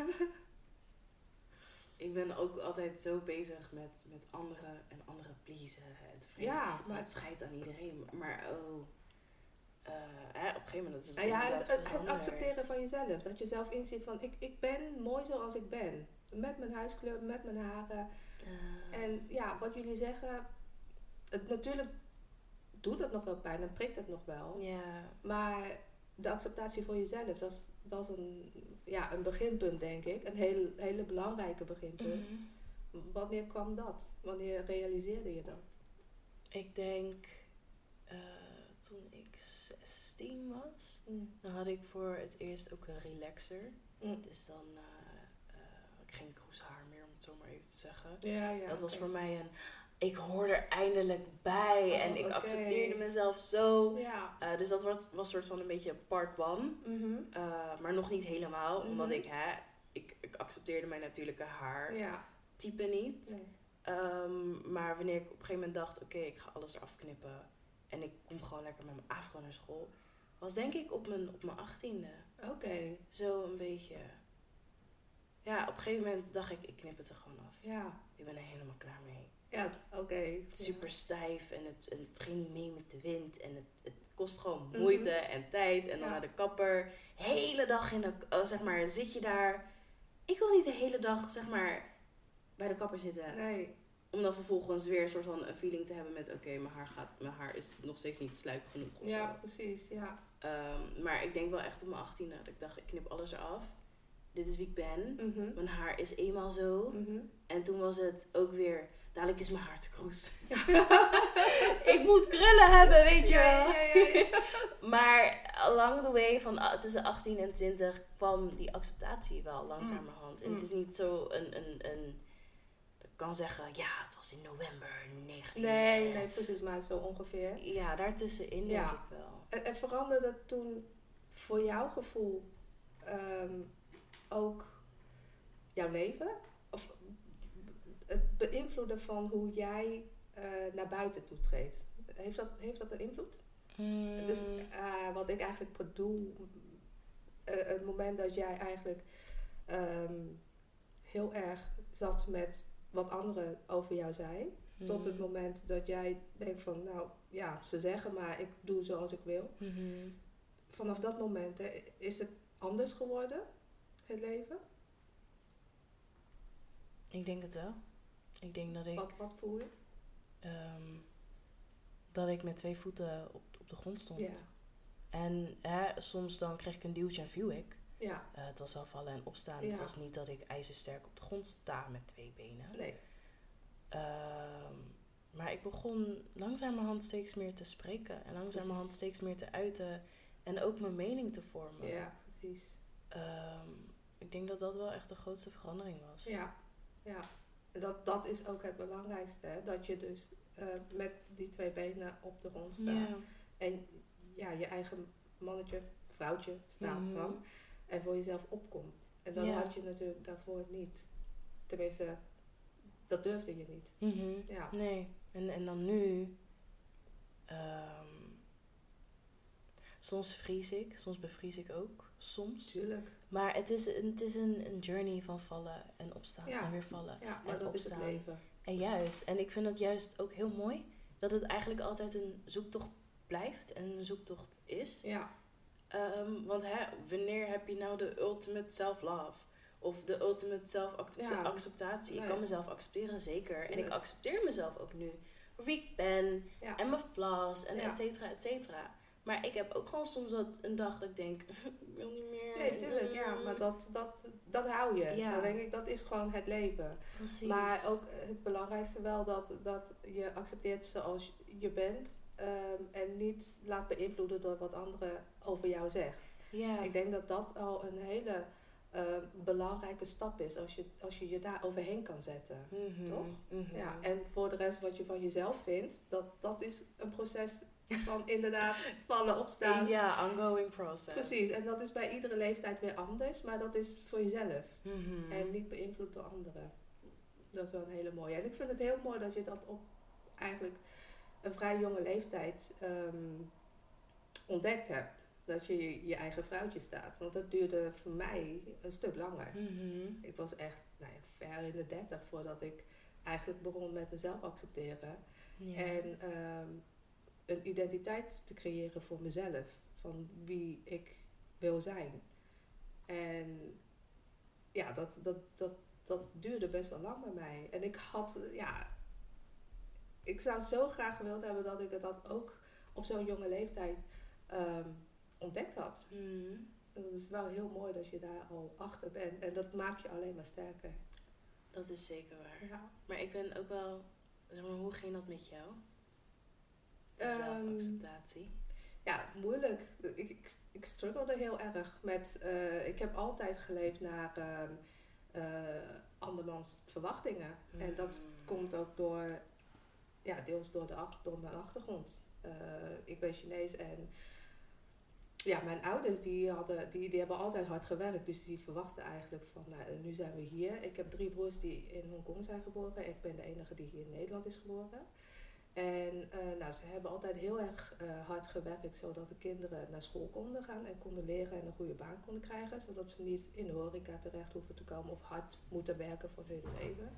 Speaker 2: Ik ben ook altijd zo bezig met, met anderen en anderen pleasen en tevreden.
Speaker 3: Ja,
Speaker 2: dus
Speaker 3: maar
Speaker 2: het scheidt aan iedereen. Maar oh, uh, hè, op een gegeven moment is het
Speaker 3: nou ja,
Speaker 2: inderdaad
Speaker 3: het, het, het
Speaker 2: veranderd.
Speaker 3: accepteren van jezelf. Dat je zelf inziet van, ik, ik ben mooi zoals ik ben. Met mijn huidskleur, met mijn haren.
Speaker 2: Uh,
Speaker 3: En ja, wat jullie zeggen, het, natuurlijk doet het nog wel pijn en prikt het nog wel.
Speaker 2: ja.
Speaker 3: Maar de acceptatie voor jezelf, dat is, dat is een, ja, een beginpunt, denk ik. Een heel, hele belangrijke beginpunt.
Speaker 2: Mm-hmm.
Speaker 3: Wanneer kwam dat? Wanneer realiseerde je dat?
Speaker 2: Ik denk, uh, toen ik zestien was,
Speaker 3: Mm.
Speaker 2: dan had ik voor het eerst ook een relaxer.
Speaker 3: Mm.
Speaker 2: Dus dan uh, uh, had ik geen kroeshaar meer, om het zo maar even te zeggen.
Speaker 3: Ja, ja,
Speaker 2: dat was
Speaker 3: okay.
Speaker 2: voor mij een, ik hoor er eindelijk bij
Speaker 3: Oh,
Speaker 2: en ik
Speaker 3: okay.
Speaker 2: accepteerde mezelf zo.
Speaker 3: Ja.
Speaker 2: Uh, dus dat was, was soort van een beetje part one,
Speaker 3: Mm-hmm.
Speaker 2: uh, maar nog niet helemaal,
Speaker 3: Mm-hmm.
Speaker 2: omdat ik, hè, ik, ik accepteerde mijn natuurlijke haar
Speaker 3: Ja.
Speaker 2: type niet.
Speaker 3: Nee.
Speaker 2: Um, maar wanneer ik op een gegeven moment dacht, oké, okay, ik ga alles eraf knippen en ik kom gewoon lekker met mijn afro naar school, was denk ik op mijn, op mijn achttiende.
Speaker 3: Oké. Okay.
Speaker 2: Zo een beetje. Ja, op een gegeven moment dacht ik, ik knip het er gewoon af.
Speaker 3: Ja.
Speaker 2: Ik ben er helemaal klaar mee.
Speaker 3: Ja, oké. Okay.
Speaker 2: Super
Speaker 3: ja.
Speaker 2: stijf en het, en het ging niet mee met de wind en het, het kost gewoon moeite mm-hmm. en tijd. En dan ja. naar de kapper. Hele dag in de, uh, zeg maar, zit je daar. Ik wil niet de hele dag, zeg maar, bij de kapper zitten.
Speaker 3: Nee.
Speaker 2: Om dan vervolgens weer een soort van een feeling te hebben met, oké, okay, mijn haar gaat, mijn haar is nog steeds niet sluik genoeg. Of
Speaker 3: ja,
Speaker 2: zo.
Speaker 3: precies, ja.
Speaker 2: Um, maar ik denk wel echt op mijn achttiende dat ik dacht, ik knip alles eraf. Dit is wie ik ben.
Speaker 3: Mm-hmm.
Speaker 2: Mijn haar is eenmaal zo.
Speaker 3: Mm-hmm.
Speaker 2: En toen was het ook weer, dadelijk is mijn haar te kroes. Ik moet krullen hebben, weet je wel.
Speaker 3: Ja, ja, ja, ja.
Speaker 2: Maar along the way, van uh, tussen achttien en twintig, kwam die acceptatie wel langzamerhand. Mm. En het is niet zo een, een, een... Ik kan zeggen, ja, het was in november negentien.
Speaker 3: Nee, nee, precies, maar zo ongeveer.
Speaker 2: Ja, daartussenin
Speaker 3: ja.
Speaker 2: denk ik wel.
Speaker 3: En, en veranderde dat toen voor jouw gevoel um, ook jouw leven? Of het beïnvloeden van hoe jij uh, naar buiten toe treedt? Heeft dat, heeft dat een invloed?
Speaker 2: Mm.
Speaker 3: Dus uh, wat ik eigenlijk bedoel, uh, het moment dat jij eigenlijk um, heel erg zat met wat anderen over jou zei, mm. tot het moment dat jij denkt van, nou ja, ze zeggen maar ik doe zoals ik wil.
Speaker 2: Mm-hmm.
Speaker 3: Vanaf dat moment hè, is het anders geworden, het leven?
Speaker 2: Ik denk het wel. Ik denk dat ik...
Speaker 3: Wat, wat voel je?
Speaker 2: Um, dat ik met twee voeten op, op de grond stond.
Speaker 3: Ja.
Speaker 2: En hè, soms dan kreeg ik een duwtje en viel ik.
Speaker 3: Ja.
Speaker 2: Uh, het was wel vallen en opstaan.
Speaker 3: Ja.
Speaker 2: Het was niet dat ik ijzersterk op de grond sta met twee benen.
Speaker 3: Nee.
Speaker 2: Um, maar ik begon langzamerhand steeds meer te spreken. En langzamerhand precies. steeds meer te uiten. En ook mijn mening te vormen.
Speaker 3: Ja, precies.
Speaker 2: Um, ik denk dat dat wel echt de grootste verandering was.
Speaker 3: Ja, ja. En dat, dat is ook het belangrijkste. Hè? Dat je dus uh, met die twee benen op de grond staat.
Speaker 2: Ja.
Speaker 3: En ja, je eigen mannetje, vrouwtje staat mm-hmm. dan. En voor jezelf opkomt. En dat ja. had je natuurlijk daarvoor niet. Tenminste, dat durfde je niet.
Speaker 2: Mm-hmm.
Speaker 3: Ja.
Speaker 2: Nee. En, en dan nu... Um, soms vries ik. Soms bevries ik ook. Soms.
Speaker 3: Tuurlijk.
Speaker 2: Maar het is, het is een, een journey van vallen en opstaan.
Speaker 3: Ja.
Speaker 2: En weer vallen
Speaker 3: ja, maar
Speaker 2: en
Speaker 3: dat
Speaker 2: opstaan.
Speaker 3: is het leven.
Speaker 2: En juist. En ik vind het juist ook heel mooi. Dat het eigenlijk altijd een zoektocht blijft. En een zoektocht is.
Speaker 3: Ja.
Speaker 2: Um, want hè, wanneer heb je nou de ultimate self-love? Of de ultimate self-acceptatie? Ja. Ik kan mezelf accepteren, zeker. Tuurlijk. En ik accepteer mezelf ook nu. Voor wie ik ben. Ja. En mijn flaws. En ja. et cetera, et cetera. Maar ik heb ook gewoon soms dat een dag dat ik denk, ik wil niet meer.
Speaker 3: Nee, tuurlijk, ja. Maar dat, dat, dat hou je.
Speaker 2: Ja.
Speaker 3: Dan denk ik, dat is gewoon het leven.
Speaker 2: Precies.
Speaker 3: Maar ook het belangrijkste wel dat, dat je accepteert zoals je bent. Um, en niet laat beïnvloeden door wat anderen over jou zeggen.
Speaker 2: Ja.
Speaker 3: Ik denk dat dat al een hele uh, belangrijke stap is. Als je, als je je daar overheen kan zetten.
Speaker 2: Mm-hmm.
Speaker 3: Toch?
Speaker 2: Mm-hmm.
Speaker 3: Ja. En voor de rest wat je van jezelf vindt. Dat, dat is een proces van inderdaad vallen, opstaan.
Speaker 2: Ja, ongoing process.
Speaker 3: Precies. En dat is bij iedere leeftijd weer anders. Maar dat is voor jezelf.
Speaker 2: Mm-hmm.
Speaker 3: En niet beïnvloed door anderen. Dat is wel een hele mooie. En ik vind het heel mooi dat je dat op eigenlijk een vrij jonge leeftijd um, ontdekt hebt. Dat je, je je eigen vrouwtje staat. Want dat duurde voor mij een stuk langer.
Speaker 2: Mm-hmm.
Speaker 3: Ik was echt nou ja, ver in de dertig voordat ik eigenlijk begon met mezelf accepteren.
Speaker 2: Ja.
Speaker 3: En um, een identiteit te creëren voor mezelf. Van wie ik wil zijn. En ja, dat, dat, dat, dat duurde best wel lang bij mij. En ik had, ja... Ik zou zo graag gewild hebben dat ik het dat ook op zo'n jonge leeftijd um, ontdekt had.
Speaker 2: Mm.
Speaker 3: En dat is wel heel mooi dat je daar al achter bent. En dat maakt je alleen maar sterker.
Speaker 2: Dat is zeker waar.
Speaker 3: Ja.
Speaker 2: Maar ik ben ook wel... Zeg maar, hoe ging dat met jou?
Speaker 3: Um,
Speaker 2: Zelfacceptatie.
Speaker 3: Ja, moeilijk. Ik, ik, ik struggelde heel erg met... Uh, ik heb altijd geleefd naar uh, uh, andermans verwachtingen. Mm. En dat komt ook door... Ja, deels door, de, door mijn achtergrond. Uh, ik ben Chinees en ja, mijn ouders die hadden, die, die hebben altijd hard gewerkt. Dus die verwachten eigenlijk van, nou, nu zijn we hier. Ik heb drie broers die in Hongkong zijn geboren. Ik ben de enige die hier in Nederland is geboren. En uh, nou, ze hebben altijd heel erg uh, hard gewerkt, zodat de kinderen naar school konden gaan en konden leren en een goede baan konden krijgen. Zodat ze niet in de horeca terecht hoeven te komen of hard moeten werken voor hun leven.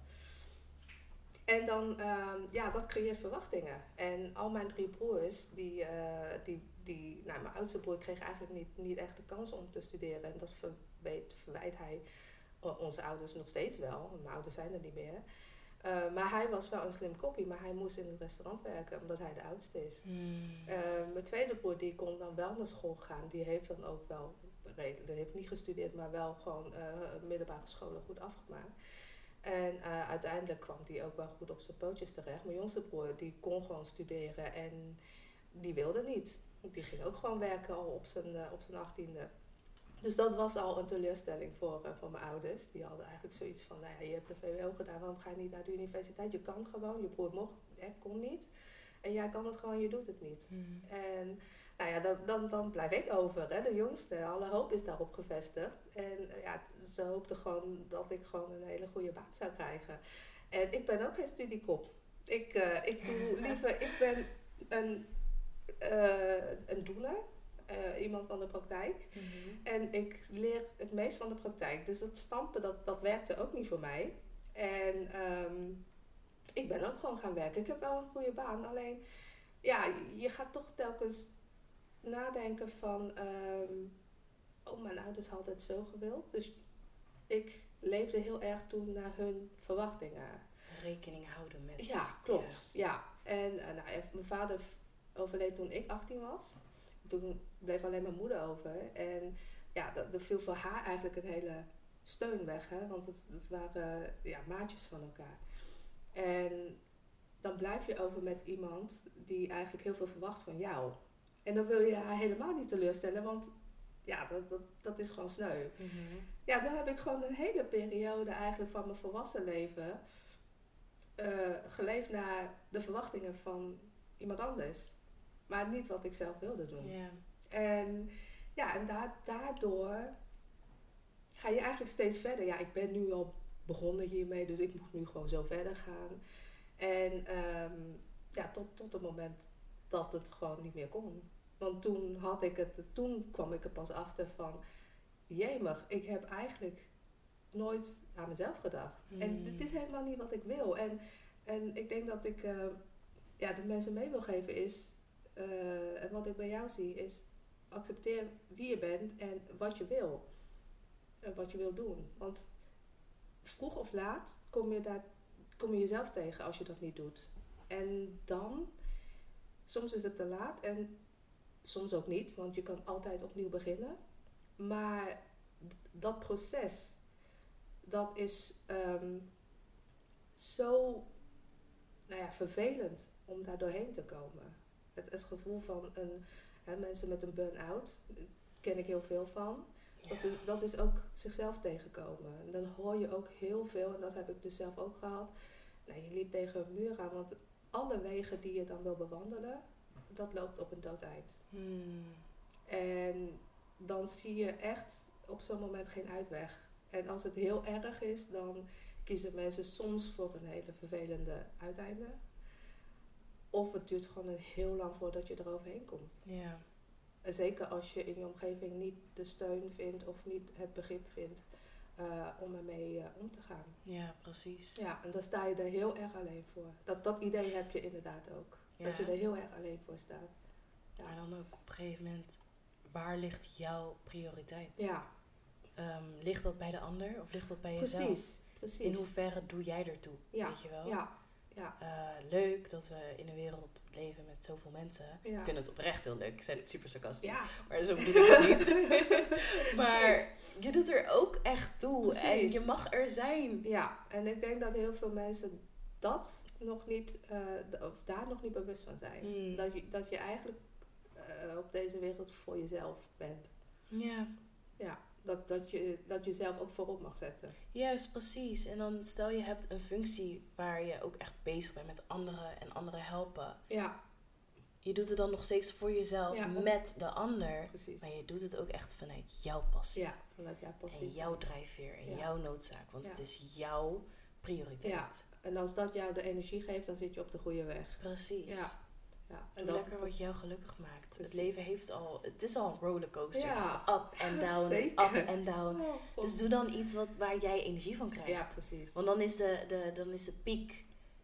Speaker 3: En dan, um, ja, dat creëert verwachtingen. En al mijn drie broers, die, uh, die, die nou, mijn oudste broer kreeg eigenlijk niet, niet echt de kans om te studeren. En dat verwijt, verwijt hij onze ouders nog steeds wel. Mijn ouders zijn er niet meer. Uh, maar hij was wel een slim koppie, maar hij moest in het restaurant werken, omdat hij de oudste is. Mm. Uh, mijn tweede broer, die kon dan wel naar school gaan. Die heeft dan ook wel, die heeft niet gestudeerd, maar wel gewoon uh, middelbare scholen goed afgemaakt. En uh, uiteindelijk kwam die ook wel goed op zijn pootjes terecht. Mijn jongste broer, die kon gewoon studeren en die wilde niet. Die ging ook gewoon werken al op zijn, uh, op zijn achttiende. Dus dat was al een teleurstelling voor, uh, voor mijn ouders. Die hadden eigenlijk zoiets van, nou ja, je hebt de V W O gedaan, waarom ga je niet naar de universiteit? Je kan gewoon, je broer mocht, hè, kon niet. En jij kan het gewoon, je doet het niet. Mm. En nou ja, dan, dan, dan blijf ik over, hè, de jongste. Alle hoop is daarop gevestigd. En uh, ja, ze hoopte gewoon dat ik gewoon een hele goede baan zou krijgen. En ik ben ook geen studiekop. Ik, uh, ik doe liever, ik ben een, uh, een doener. Uh, iemand van de praktijk. Mm-hmm. En ik leer het meest van de praktijk. Dus dat stampen, dat, dat werkte ook niet voor mij. En um, ik ben ook gewoon gaan werken. Ik heb wel een goede baan. Alleen, ja, je gaat toch telkens nadenken van... Um, oh, mijn ouders hadden het zo gewild. Dus ik leefde heel erg toen naar hun verwachtingen.
Speaker 2: Rekening houden met...
Speaker 3: Ja, klopt. Ja. ja. En uh, nou, mijn vader overleed toen ik achttien was. Toen bleef alleen mijn moeder over. En ja, dat, dat viel voor haar eigenlijk een hele steun weg. Hè? Want het, het waren ja, maatjes van elkaar. En dan blijf je over met iemand die eigenlijk heel veel verwacht van jou. En dan wil je haar helemaal niet teleurstellen. Want ja, dat, dat, dat is gewoon sneu. Mm-hmm. Ja, dan heb ik gewoon een hele periode eigenlijk van mijn volwassen leven... Uh, geleefd naar de verwachtingen van iemand anders. Maar niet wat ik zelf wilde doen.
Speaker 2: Yeah.
Speaker 3: En ja, en da- daardoor ga je eigenlijk steeds verder. Ja, ik ben nu al begonnen hiermee, dus ik moet nu gewoon zo verder gaan. En um, ja, tot, tot het moment dat het gewoon niet meer kon. Want toen had ik het, toen kwam ik er pas achter van, jemig, ik heb eigenlijk nooit aan mezelf gedacht. Mm. En dit is helemaal niet wat ik wil. En, en ik denk dat ik uh, ja, de mensen mee wil geven is, uh, en wat ik bij jou zie, is accepteer wie je bent en wat je wil. En wat je wil doen. Want vroeg of laat kom je, daar, kom je jezelf tegen als je dat niet doet. En dan, soms is het te laat en soms ook niet, want je kan altijd opnieuw beginnen. Maar d- dat proces, dat is um, zo nou ja, vervelend om daar doorheen te komen. Het, het gevoel van een, hè, mensen met een burn-out, daar ken ik heel veel van.
Speaker 2: Ja.
Speaker 3: Dat, is, dat is ook zichzelf tegenkomen. En dan hoor je ook heel veel, en dat heb ik dus zelf ook gehad. Nou, je liep tegen een muur aan, want alle wegen die je dan wil bewandelen, dat loopt op een dood eind.
Speaker 2: Hmm.
Speaker 3: En dan zie je echt op zo'n moment geen uitweg. En als het heel erg is, dan kiezen mensen soms voor een hele vervelende uiteinde. Of het duurt gewoon een heel lang voordat je eroverheen komt.
Speaker 2: Ja.
Speaker 3: En zeker als je in je omgeving niet de steun vindt of niet het begrip vindt uh, om ermee uh, om te gaan.
Speaker 2: Ja, precies.
Speaker 3: Ja, en dan sta je er heel erg alleen voor. Dat, dat idee heb je inderdaad ook.
Speaker 2: Ja.
Speaker 3: Dat je er heel erg alleen voor staat. Ja.
Speaker 2: Maar dan ook op een gegeven moment, waar ligt jouw prioriteit?
Speaker 3: Ja,
Speaker 2: Um, ligt dat bij de ander of ligt dat bij jezelf?
Speaker 3: precies. precies.
Speaker 2: In hoeverre doe jij ertoe?
Speaker 3: Ja,
Speaker 2: Weet je wel?
Speaker 3: Ja, ja.
Speaker 2: Uh, leuk dat we in een wereld leven met zoveel mensen.
Speaker 3: Ja.
Speaker 2: Ik vind het oprecht heel leuk. Ik zei het super sarcastisch.
Speaker 3: Ja.
Speaker 2: Maar zo bedoel ik het niet. Maar je doet er ook echt toe.
Speaker 3: Precies.
Speaker 2: En je mag er zijn.
Speaker 3: Ja, en ik denk dat heel veel mensen dat nog niet, uh, of daar nog niet bewust van zijn.
Speaker 2: Hmm.
Speaker 3: Dat, je, dat je eigenlijk uh, op deze wereld voor jezelf bent.
Speaker 2: Ja.
Speaker 3: Ja, dat, dat, je, dat je zelf ook voorop mag zetten.
Speaker 2: Juist, precies. En dan stel je hebt een functie waar je ook echt bezig bent met anderen en anderen helpen.
Speaker 3: Ja.
Speaker 2: Je doet het dan nog steeds voor jezelf,
Speaker 3: Ja, om...
Speaker 2: met de ander.
Speaker 3: Precies.
Speaker 2: Maar je doet het ook echt vanuit jouw passie.
Speaker 3: Ja, vanuit jouw passie.
Speaker 2: En jouw drijfveer en
Speaker 3: Ja.
Speaker 2: jouw noodzaak. Want
Speaker 3: Ja.
Speaker 2: het is jouw prioriteit.
Speaker 3: Ja, en als dat jou de energie geeft, dan zit je op de goede weg.
Speaker 2: Precies.
Speaker 3: Ja. Ja,
Speaker 2: Doe
Speaker 3: en
Speaker 2: lekker
Speaker 3: dat,
Speaker 2: wat jou gelukkig maakt.
Speaker 3: Precies.
Speaker 2: Het leven heeft al... Het is al een rollercoaster.
Speaker 3: Ja.
Speaker 2: Het gaat up en down,
Speaker 3: Zeker.
Speaker 2: up en down.
Speaker 3: Oh, God.
Speaker 2: Dus doe dan iets wat, waar jij energie van krijgt.
Speaker 3: Ja, precies.
Speaker 2: Want dan is de, de, dan is de piek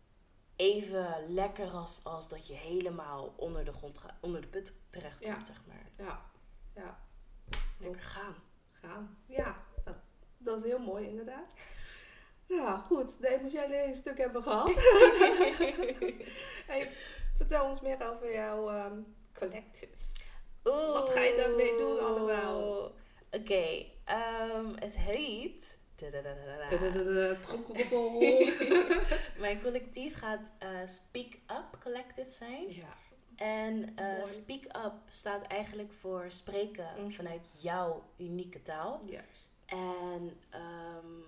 Speaker 2: even lekker als, als dat je helemaal onder de grond gaat, onder de put terecht komt,
Speaker 3: Ja.
Speaker 2: zeg maar.
Speaker 3: Ja, ja.
Speaker 2: Lekker gaan.
Speaker 3: Gaan. Ja, dat, dat is heel mooi inderdaad. Ja, goed. De emotionele stuk hebben we gehad. Hey, vertel ons meer over jouw um, collective.
Speaker 2: Oeh.
Speaker 3: Wat ga je daarmee doen allemaal?
Speaker 2: Oké, okay, um, het heet...
Speaker 3: Tromgeroffel.
Speaker 2: Mijn collectief gaat uh, Speak Up Collective zijn.
Speaker 3: Ja.
Speaker 2: En uh,
Speaker 3: Mooi.
Speaker 2: Speak Up staat eigenlijk voor spreken
Speaker 3: Mm.
Speaker 2: vanuit jouw unieke taal.
Speaker 3: Juist.
Speaker 2: En um,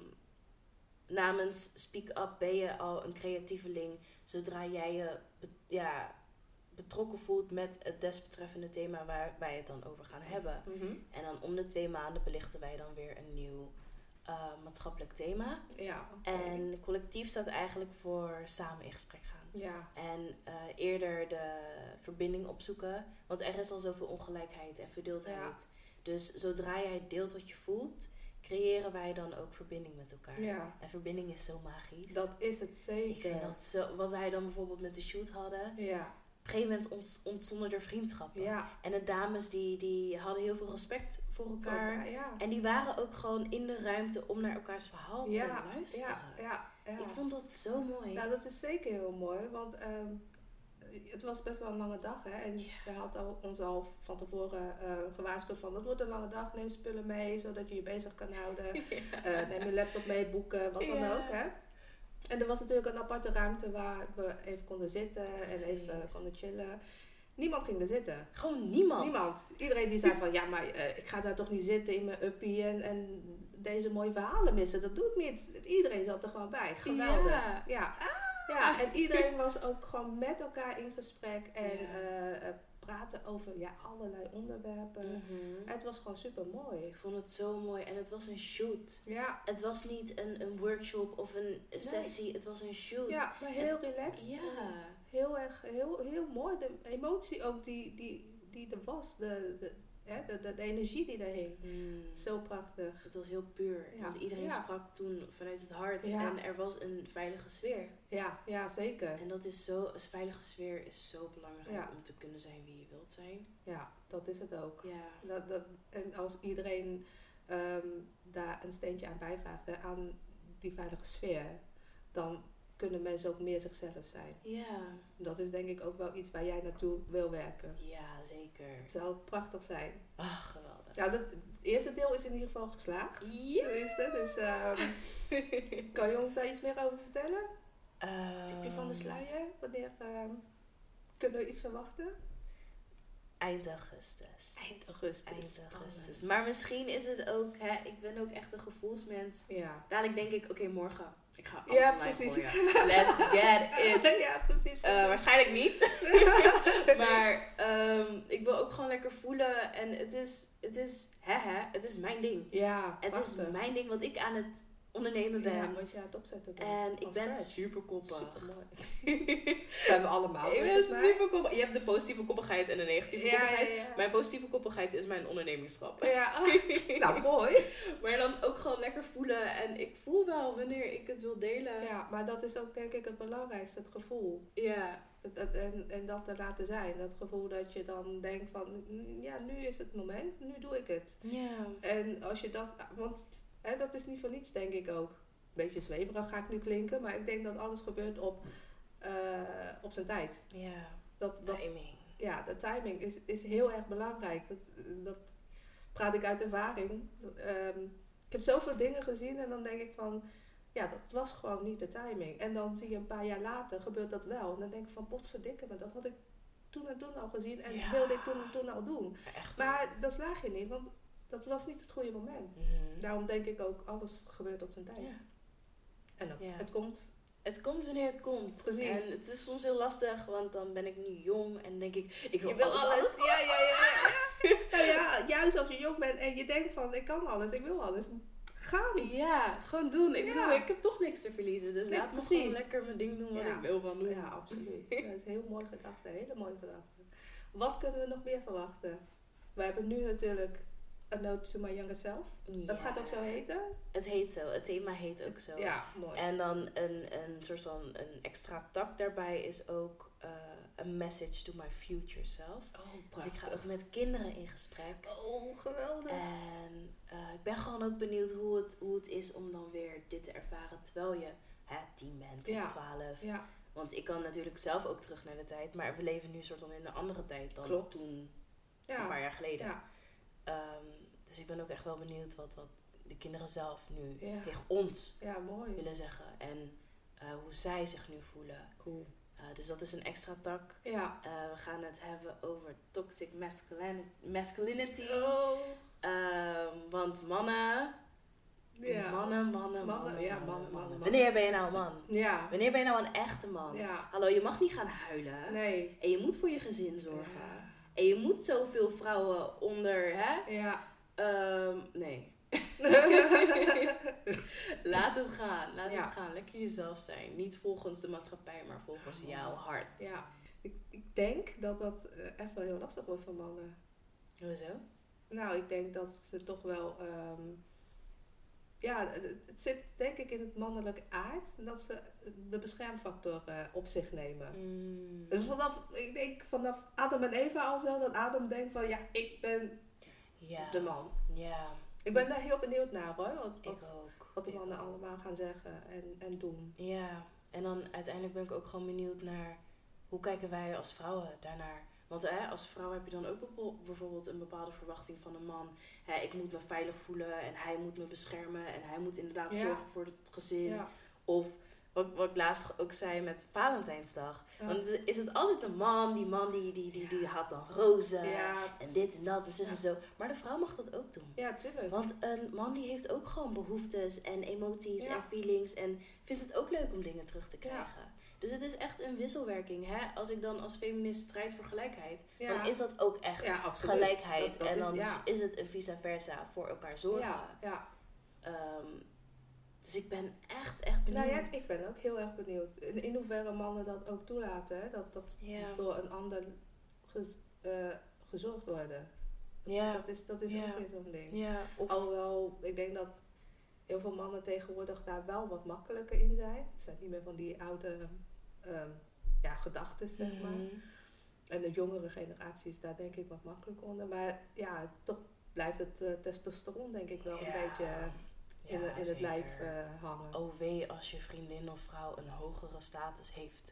Speaker 2: namens Speak Up ben je al een creatieveling zodra jij je be- ja, betrokken voelt met het desbetreffende thema waar wij het dan over gaan hebben.
Speaker 3: Mm-hmm.
Speaker 2: En dan om de twee maanden belichten wij dan weer een nieuw uh, maatschappelijk thema.
Speaker 3: Ja. Okay.
Speaker 2: En collectief staat eigenlijk voor samen in gesprek gaan.
Speaker 3: Ja.
Speaker 2: En uh, eerder de verbinding opzoeken. Want er is al zoveel ongelijkheid en verdeeldheid.
Speaker 3: Ja.
Speaker 2: Dus zodra jij deelt wat je voelt, creëren wij dan ook verbinding met elkaar.
Speaker 3: Ja.
Speaker 2: En verbinding is zo magisch.
Speaker 3: Dat is het zeker.
Speaker 2: Ik vind dat zo... Wat wij dan bijvoorbeeld met de shoot hadden.
Speaker 3: Ja.
Speaker 2: Op een gegeven moment ont, ontstonden er vriendschappen.
Speaker 3: Ja.
Speaker 2: En de dames die, die hadden heel veel respect voor elkaar.
Speaker 3: Elkaar, ja.
Speaker 2: En die waren ook gewoon in de ruimte om naar elkaars verhaal
Speaker 3: Ja,
Speaker 2: te luisteren.
Speaker 3: Ja, ja, ja.
Speaker 2: Ik vond dat zo mooi.
Speaker 3: Nou, dat is zeker heel mooi, want um, het was best wel een lange dag, hè. En
Speaker 2: Ja.
Speaker 3: je had al, ons al van tevoren uh, gewaarschuwd van, het wordt een lange dag, neem spullen mee, zodat je je bezig kan houden.
Speaker 2: Ja.
Speaker 3: Uh, neem je laptop mee, boeken, wat dan
Speaker 2: Ja.
Speaker 3: ook, hè. En er was natuurlijk een aparte ruimte waar we even konden zitten
Speaker 2: Precies.
Speaker 3: en even konden chillen. Niemand ging er zitten.
Speaker 2: Gewoon niemand.
Speaker 3: Niemand. Iedereen die zei van, ja, maar uh, ik ga daar toch niet zitten in mijn uppie en, en deze mooie verhalen missen. Dat doe ik niet. Iedereen zat er gewoon bij. Geweldig.
Speaker 2: Ja.
Speaker 3: Ja. Ja, en iedereen was ook gewoon met elkaar in gesprek en
Speaker 2: Ja.
Speaker 3: uh, uh, praten over ja, allerlei onderwerpen.
Speaker 2: Mm-hmm.
Speaker 3: Het was gewoon super mooi.
Speaker 2: Ik vond het zo mooi. En het was een shoot.
Speaker 3: Ja.
Speaker 2: Het was niet een, een workshop of een sessie. Het was een shoot.
Speaker 3: Ja, maar heel relaxed.
Speaker 2: Ja.
Speaker 3: Heel erg, heel, heel mooi. De emotie ook die, die, die er was. De, de, hè, de, de, de energie die er hing.
Speaker 2: Mm.
Speaker 3: Zo prachtig.
Speaker 2: Het was heel puur.
Speaker 3: Ja.
Speaker 2: Want iedereen
Speaker 3: Ja.
Speaker 2: sprak toen vanuit het hart.
Speaker 3: Ja.
Speaker 2: En er was een veilige sfeer.
Speaker 3: Ja, ja, zeker.
Speaker 2: En dat is zo, een veilige sfeer is zo belangrijk
Speaker 3: Ja.
Speaker 2: om te kunnen zijn wie je wilt zijn.
Speaker 3: Ja, dat is het ook.
Speaker 2: Ja.
Speaker 3: Dat, dat, en als iedereen um, daar een steentje aan bijdraagt, hè, aan die veilige sfeer, dan kunnen mensen ook meer zichzelf zijn.
Speaker 2: Ja.
Speaker 3: Dat is denk ik ook wel iets waar jij naartoe wil werken.
Speaker 2: Ja, zeker.
Speaker 3: Het zou prachtig zijn.
Speaker 2: Ach, geweldig.
Speaker 3: Nou, dat, het eerste deel is in ieder geval geslaagd.
Speaker 2: Ja.
Speaker 3: Tenminste, dus um, kan je ons daar iets meer over vertellen?
Speaker 2: Um,
Speaker 3: Tipje van de sluier? Wanneer um, kunnen we iets verwachten?
Speaker 2: Eind augustus.
Speaker 3: Eind augustus.
Speaker 2: Eind augustus. Maar misschien is het ook, hè, ik ben ook echt een gevoelsmens.
Speaker 3: Ja.
Speaker 2: Dadelijk denk ik, oké, okay, morgen. Ik ga alles
Speaker 3: ja,
Speaker 2: online
Speaker 3: precies.
Speaker 2: gooien. Let's get it.
Speaker 3: Ja, precies.
Speaker 2: Uh, waarschijnlijk niet. Maar um, ik wil ook gewoon lekker voelen. En het is, het is, hè hè, het is mijn ding.
Speaker 3: Ja,
Speaker 2: het
Speaker 3: prachtig.
Speaker 2: is mijn ding wat ik aan het ondernemen ben.
Speaker 3: Ja, wat je aan het opzetten bent.
Speaker 2: En ik ben
Speaker 3: scratch.
Speaker 2: super koppig.
Speaker 3: Super mooi. Zijn we allemaal.
Speaker 2: Ik ben super koppig. Je hebt de positieve koppigheid en de negatieve
Speaker 3: ja,
Speaker 2: koppigheid.
Speaker 3: Ja, ja.
Speaker 2: Mijn positieve koppigheid is mijn ondernemingschap.
Speaker 3: Ja, oh, nou mooi.
Speaker 2: Maar dan ook gewoon lekker voelen. En ik voel wel wanneer ik het wil delen.
Speaker 3: Ja, maar dat is ook denk ik het belangrijkste, het gevoel.
Speaker 2: Ja.
Speaker 3: Het, het, en, en dat te laten zijn. Dat gevoel dat je dan denkt van, ja, nu is het moment, nu doe ik het.
Speaker 2: Ja.
Speaker 3: En als je dat, want hè, dat is niet voor niets denk ik ook. Een beetje zweverig ga ik nu klinken, maar ik denk dat alles gebeurt op, uh, op zijn tijd.
Speaker 2: Ja,
Speaker 3: dat, dat,
Speaker 2: timing.
Speaker 3: Ja, de timing is, is heel erg belangrijk. Dat, dat praat ik uit ervaring. Um, ik heb zoveel dingen gezien en dan denk ik van, ja, dat was gewoon niet de timing. En dan zie je een paar jaar later gebeurt dat wel. En dan denk ik van, potverdikke me, dat had ik toen en toen al gezien en
Speaker 2: ja.
Speaker 3: wilde ik toen en toen al doen.
Speaker 2: Echt,
Speaker 3: maar dat slaag je niet, want dat was niet het goede moment.
Speaker 2: Mm-hmm.
Speaker 3: Daarom denk ik ook, alles gebeurt op zijn tijd.
Speaker 2: Ja.
Speaker 3: En ook,
Speaker 2: ja.
Speaker 3: het komt.
Speaker 2: Het komt wanneer het komt.
Speaker 3: Precies.
Speaker 2: En het is soms heel lastig, want dan ben ik nu jong en denk ik, ik wil,
Speaker 3: je wil
Speaker 2: alles.
Speaker 3: alles.
Speaker 2: alles.
Speaker 3: Ja, ja, ja. ja. Nou ja, juist als je jong bent en je denkt van, ik kan alles, ik wil alles. Gaan.
Speaker 2: Ja, gewoon doen. Ik
Speaker 3: ja.
Speaker 2: bedoel, ik heb toch niks te verliezen. Dus nee, laat me
Speaker 3: precies.
Speaker 2: gewoon lekker mijn ding doen wat
Speaker 3: ja.
Speaker 2: ik wil gaan doen.
Speaker 3: Ja, absoluut. Dat is een heel mooi gedachte. Een hele mooie gedachte. Wat kunnen we nog meer verwachten? We hebben nu natuurlijk A Note to My Younger Self.
Speaker 2: Ja.
Speaker 3: Dat gaat ook zo heten?
Speaker 2: Het heet zo. Het thema heet ook zo.
Speaker 3: Ja, mooi.
Speaker 2: En dan een, een soort van een extra tak daarbij is ook uh, a message to my future self.
Speaker 3: Oh,
Speaker 2: dus ik ga ook met kinderen in gesprek.
Speaker 3: Oh, geweldig.
Speaker 2: En uh, ik ben gewoon ook benieuwd hoe het, hoe het is om dan weer dit te ervaren terwijl je hè, tien bent of
Speaker 3: ja.
Speaker 2: twaalf.
Speaker 3: Ja.
Speaker 2: Want ik kan natuurlijk zelf ook terug naar de tijd, maar we leven nu soort van in een andere tijd dan
Speaker 3: Klopt.
Speaker 2: toen,
Speaker 3: ja.
Speaker 2: een paar jaar geleden.
Speaker 3: Ja.
Speaker 2: Um, dus ik ben ook echt wel benieuwd wat, wat de kinderen zelf nu
Speaker 3: ja.
Speaker 2: tegen ons
Speaker 3: ja, mooi.
Speaker 2: willen zeggen. En uh, hoe zij zich nu voelen.
Speaker 3: Cool.
Speaker 2: Uh, dus dat is een extra tak.
Speaker 3: Ja.
Speaker 2: Uh, we gaan het hebben over toxic masculini- masculinity.
Speaker 3: Oh.
Speaker 2: Um, want mannen...
Speaker 3: Ja.
Speaker 2: Mannen, mannen, mannen,
Speaker 3: mannen, ja,
Speaker 2: mannen,
Speaker 3: mannen, mannen.
Speaker 2: Wanneer ben je nou een man?
Speaker 3: Ja.
Speaker 2: Wanneer ben je nou een echte man?
Speaker 3: Ja.
Speaker 2: Hallo, je mag niet gaan huilen.
Speaker 3: Nee.
Speaker 2: En je moet voor je gezin zorgen.
Speaker 3: Ja.
Speaker 2: En je moet zoveel vrouwen onder, hè?
Speaker 3: Ja.
Speaker 2: Um, nee. Laat het gaan. Laat
Speaker 3: ja.
Speaker 2: het gaan. Lekker jezelf zijn. Niet volgens de maatschappij, maar volgens
Speaker 3: ja.
Speaker 2: jouw hart.
Speaker 3: Ja. Ik, ik denk dat dat uh, echt wel heel lastig wordt voor mannen.
Speaker 2: Hoezo?
Speaker 3: Nou, ik denk dat ze toch wel... Um, ja, het, het zit denk ik in het mannelijke aard dat ze de beschermfactor uh, op zich nemen.
Speaker 2: Mm.
Speaker 3: Dus vanaf, ik denk vanaf Adam en Eva al zo, dat Adam denkt van ja, ik ben
Speaker 2: ja.
Speaker 3: de man.
Speaker 2: Ja.
Speaker 3: Ik ben daar heel benieuwd naar hoor, wat, wat,
Speaker 2: ik ook.
Speaker 3: wat de
Speaker 2: ik
Speaker 3: mannen
Speaker 2: ook.
Speaker 3: allemaal gaan zeggen en, en doen.
Speaker 2: Ja, en dan uiteindelijk ben ik ook gewoon benieuwd naar hoe kijken wij als vrouwen daarnaar. Want hè, als vrouw heb je dan ook bijvoorbeeld een bepaalde verwachting van een man. Hè, ik moet me veilig voelen en hij moet me beschermen en hij moet inderdaad
Speaker 3: ja.
Speaker 2: zorgen voor het gezin.
Speaker 3: Ja.
Speaker 2: Of wat, wat ik laatst ook zei met Valentijnsdag.
Speaker 3: Ja.
Speaker 2: Want is het altijd een man, die man die, die, die, ja. die had dan rozen
Speaker 3: ja.
Speaker 2: en dit en dat en zus
Speaker 3: ja.
Speaker 2: en zo. Maar de vrouw mag dat ook doen.
Speaker 3: Ja, tuurlijk.
Speaker 2: Want een man die heeft ook gewoon behoeftes en emoties
Speaker 3: ja.
Speaker 2: en feelings en vindt het ook leuk om dingen terug te krijgen. Ja. Dus het is echt een wisselwerking. Hè? Als ik dan als feminist strijd voor gelijkheid, ja. dan is dat ook echt
Speaker 3: ja,
Speaker 2: gelijkheid.
Speaker 3: Dat, dat
Speaker 2: en
Speaker 3: is,
Speaker 2: dan
Speaker 3: ja.
Speaker 2: is het een vice versa voor elkaar zorgen.
Speaker 3: Ja, ja.
Speaker 2: Um, dus ik ben echt, echt benieuwd.
Speaker 3: Nou ja, ik ben ook heel erg benieuwd. In, in hoeverre mannen dat ook toelaten. Hè? Dat, dat
Speaker 2: ja.
Speaker 3: door een ander ge, uh, gezorgd worden.
Speaker 2: Ja.
Speaker 3: Dat is, dat is
Speaker 2: ja.
Speaker 3: ook weer zo'n ding.
Speaker 2: Ja, of...
Speaker 3: Alhoewel, ik denk dat heel veel mannen tegenwoordig daar wel wat makkelijker in zijn. Het zijn niet meer van die oude um, ja, gedachten, zeg
Speaker 2: mm-hmm.
Speaker 3: maar. En de jongere generatie is daar denk ik wat makkelijker onder. Maar ja, toch blijft het uh, testosteron denk ik wel
Speaker 2: ja.
Speaker 3: een beetje in,
Speaker 2: Ja,
Speaker 3: in het
Speaker 2: zeker.
Speaker 3: lijf uh, hangen.
Speaker 2: Oh wee, als je vriendin of vrouw een hogere status heeft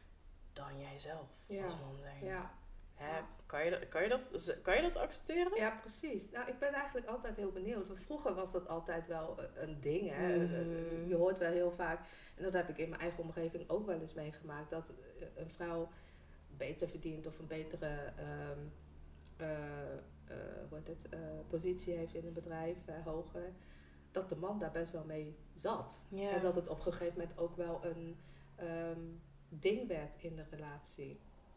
Speaker 2: dan jijzelf
Speaker 3: Ja.
Speaker 2: als man zijn.
Speaker 3: Ja.
Speaker 2: Hè?
Speaker 3: Ja.
Speaker 2: Kan, je dat, kan, je dat, kan je dat accepteren?
Speaker 3: Ja, precies. Nou, ik ben eigenlijk altijd heel benieuwd. Want vroeger was dat altijd wel een ding. Hè?
Speaker 2: Mm.
Speaker 3: Je hoort wel heel vaak, en dat heb ik in mijn eigen omgeving ook wel eens meegemaakt, dat een vrouw beter verdient of een betere um, uh, uh, hoe heet het, uh, positie heeft in een bedrijf, uh, hoger. Dat de man daar best wel mee zat.
Speaker 2: Ja.
Speaker 3: En dat het op een gegeven moment ook wel een um, ding werd in de relatie.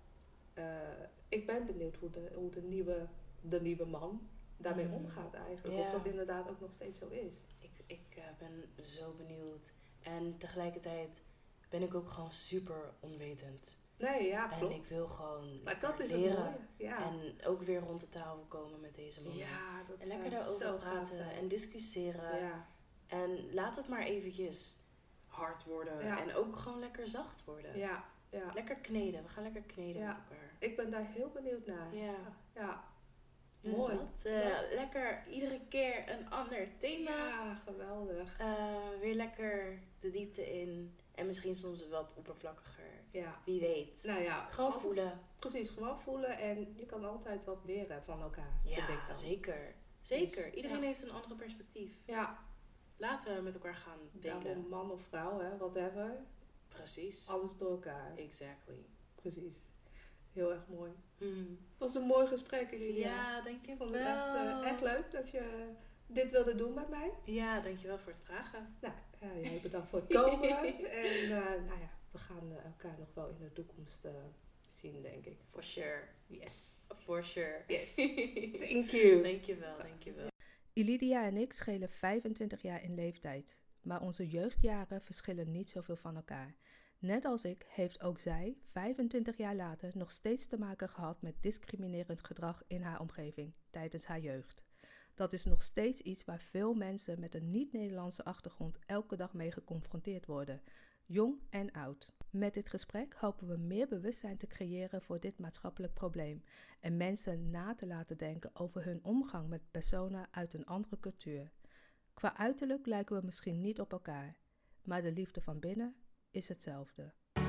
Speaker 3: Uh, ik ben benieuwd hoe de, hoe de, nieuwe, de nieuwe man daarmee mm. omgaat eigenlijk. Ja. Of dat inderdaad ook nog steeds zo is.
Speaker 2: Ik, ik uh, ben zo benieuwd. En tegelijkertijd ben ik ook gewoon super onwetend.
Speaker 3: Nee, ja, klopt.
Speaker 2: En ik wil gewoon
Speaker 3: maar dat is
Speaker 2: leren.
Speaker 3: Het ja.
Speaker 2: En ook weer rond de tafel komen met deze mannen.
Speaker 3: Ja, dat
Speaker 2: en lekker daarover praten en discussiëren.
Speaker 3: Ja.
Speaker 2: En laat het maar eventjes hard worden. Ja. En ook gewoon lekker zacht worden.
Speaker 3: Ja. Ja.
Speaker 2: Lekker kneden. We gaan lekker kneden ja. met elkaar.
Speaker 3: Ik ben daar heel benieuwd naar.
Speaker 2: Ja.
Speaker 3: Ja.
Speaker 2: Dus
Speaker 3: mooi.
Speaker 2: dat. Uh, ja. Lekker iedere keer een ander thema.
Speaker 3: Ja, geweldig.
Speaker 2: Uh, weer lekker de diepte in. En misschien soms wat oppervlakkiger.
Speaker 3: Ja.
Speaker 2: Wie weet.
Speaker 3: Nou ja.
Speaker 2: Gewoon
Speaker 3: alles,
Speaker 2: voelen.
Speaker 3: Precies, gewoon voelen. En je kan altijd wat leren van elkaar.
Speaker 2: Ja,
Speaker 3: vind ik dan.
Speaker 2: zeker. Zeker.
Speaker 3: Dus,
Speaker 2: Iedereen
Speaker 3: ja.
Speaker 2: heeft een ander perspectief.
Speaker 3: Ja.
Speaker 2: Laten we met elkaar gaan delen.
Speaker 3: Daarom man of vrouw, hè, whatever.
Speaker 2: Precies.
Speaker 3: Alles door elkaar.
Speaker 2: Exactly.
Speaker 3: Precies. Heel erg mooi.
Speaker 2: Mm.
Speaker 3: Het was een mooi gesprek, jullie.
Speaker 2: Ja, denk je
Speaker 3: Ik vond
Speaker 2: wel.
Speaker 3: het echt, uh, echt leuk dat je dit wilde doen met mij.
Speaker 2: Ja, dankjewel voor het vragen.
Speaker 3: Nou, ja, jij bedankt voor het komen. en uh, nou ja, we gaan uh, elkaar nog wel in de toekomst uh, zien, denk ik.
Speaker 2: For sure.
Speaker 3: Yes.
Speaker 2: For sure.
Speaker 3: Yes. Thank you.
Speaker 2: Dankjewel, dankjewel.
Speaker 1: Ilidia en ik schelen vijfentwintig jaar in leeftijd. Maar onze jeugdjaren verschillen niet zoveel van elkaar. Net als ik heeft ook zij vijfentwintig jaar later nog steeds te maken gehad met discriminerend gedrag in haar omgeving tijdens haar jeugd. Dat is nog steeds iets waar veel mensen met een niet-Nederlandse achtergrond elke dag mee geconfronteerd worden, jong en oud. Met dit gesprek hopen we meer bewustzijn te creëren voor dit maatschappelijk probleem en mensen na te laten denken over hun omgang met personen uit een andere cultuur. Qua uiterlijk lijken we misschien niet op elkaar, maar de liefde van binnen is hetzelfde.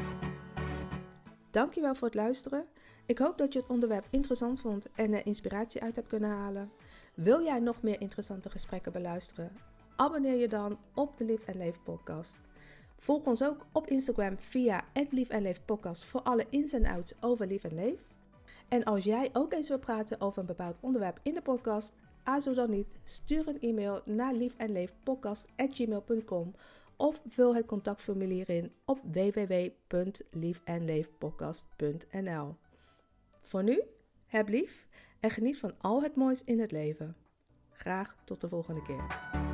Speaker 1: Dankjewel voor het luisteren. Ik hoop dat je het onderwerp interessant vond en er inspiratie uit hebt kunnen halen. Wil jij nog meer interessante gesprekken beluisteren? Abonneer je dan op de Lief en Leef podcast. Volg ons ook op Instagram via het Lief en Leef podcast voor alle ins en outs over Lief en Leef. En als jij ook eens wil praten over een bepaald onderwerp in de podcast, aarzel dan niet, stuur een e-mail naar lief en leef podcast at gmail punt com of vul het contactformulier in op w w w punt lief en leef podcast punt n l. Voor nu, heb lief en geniet van al het moois in het leven. Graag tot de volgende keer.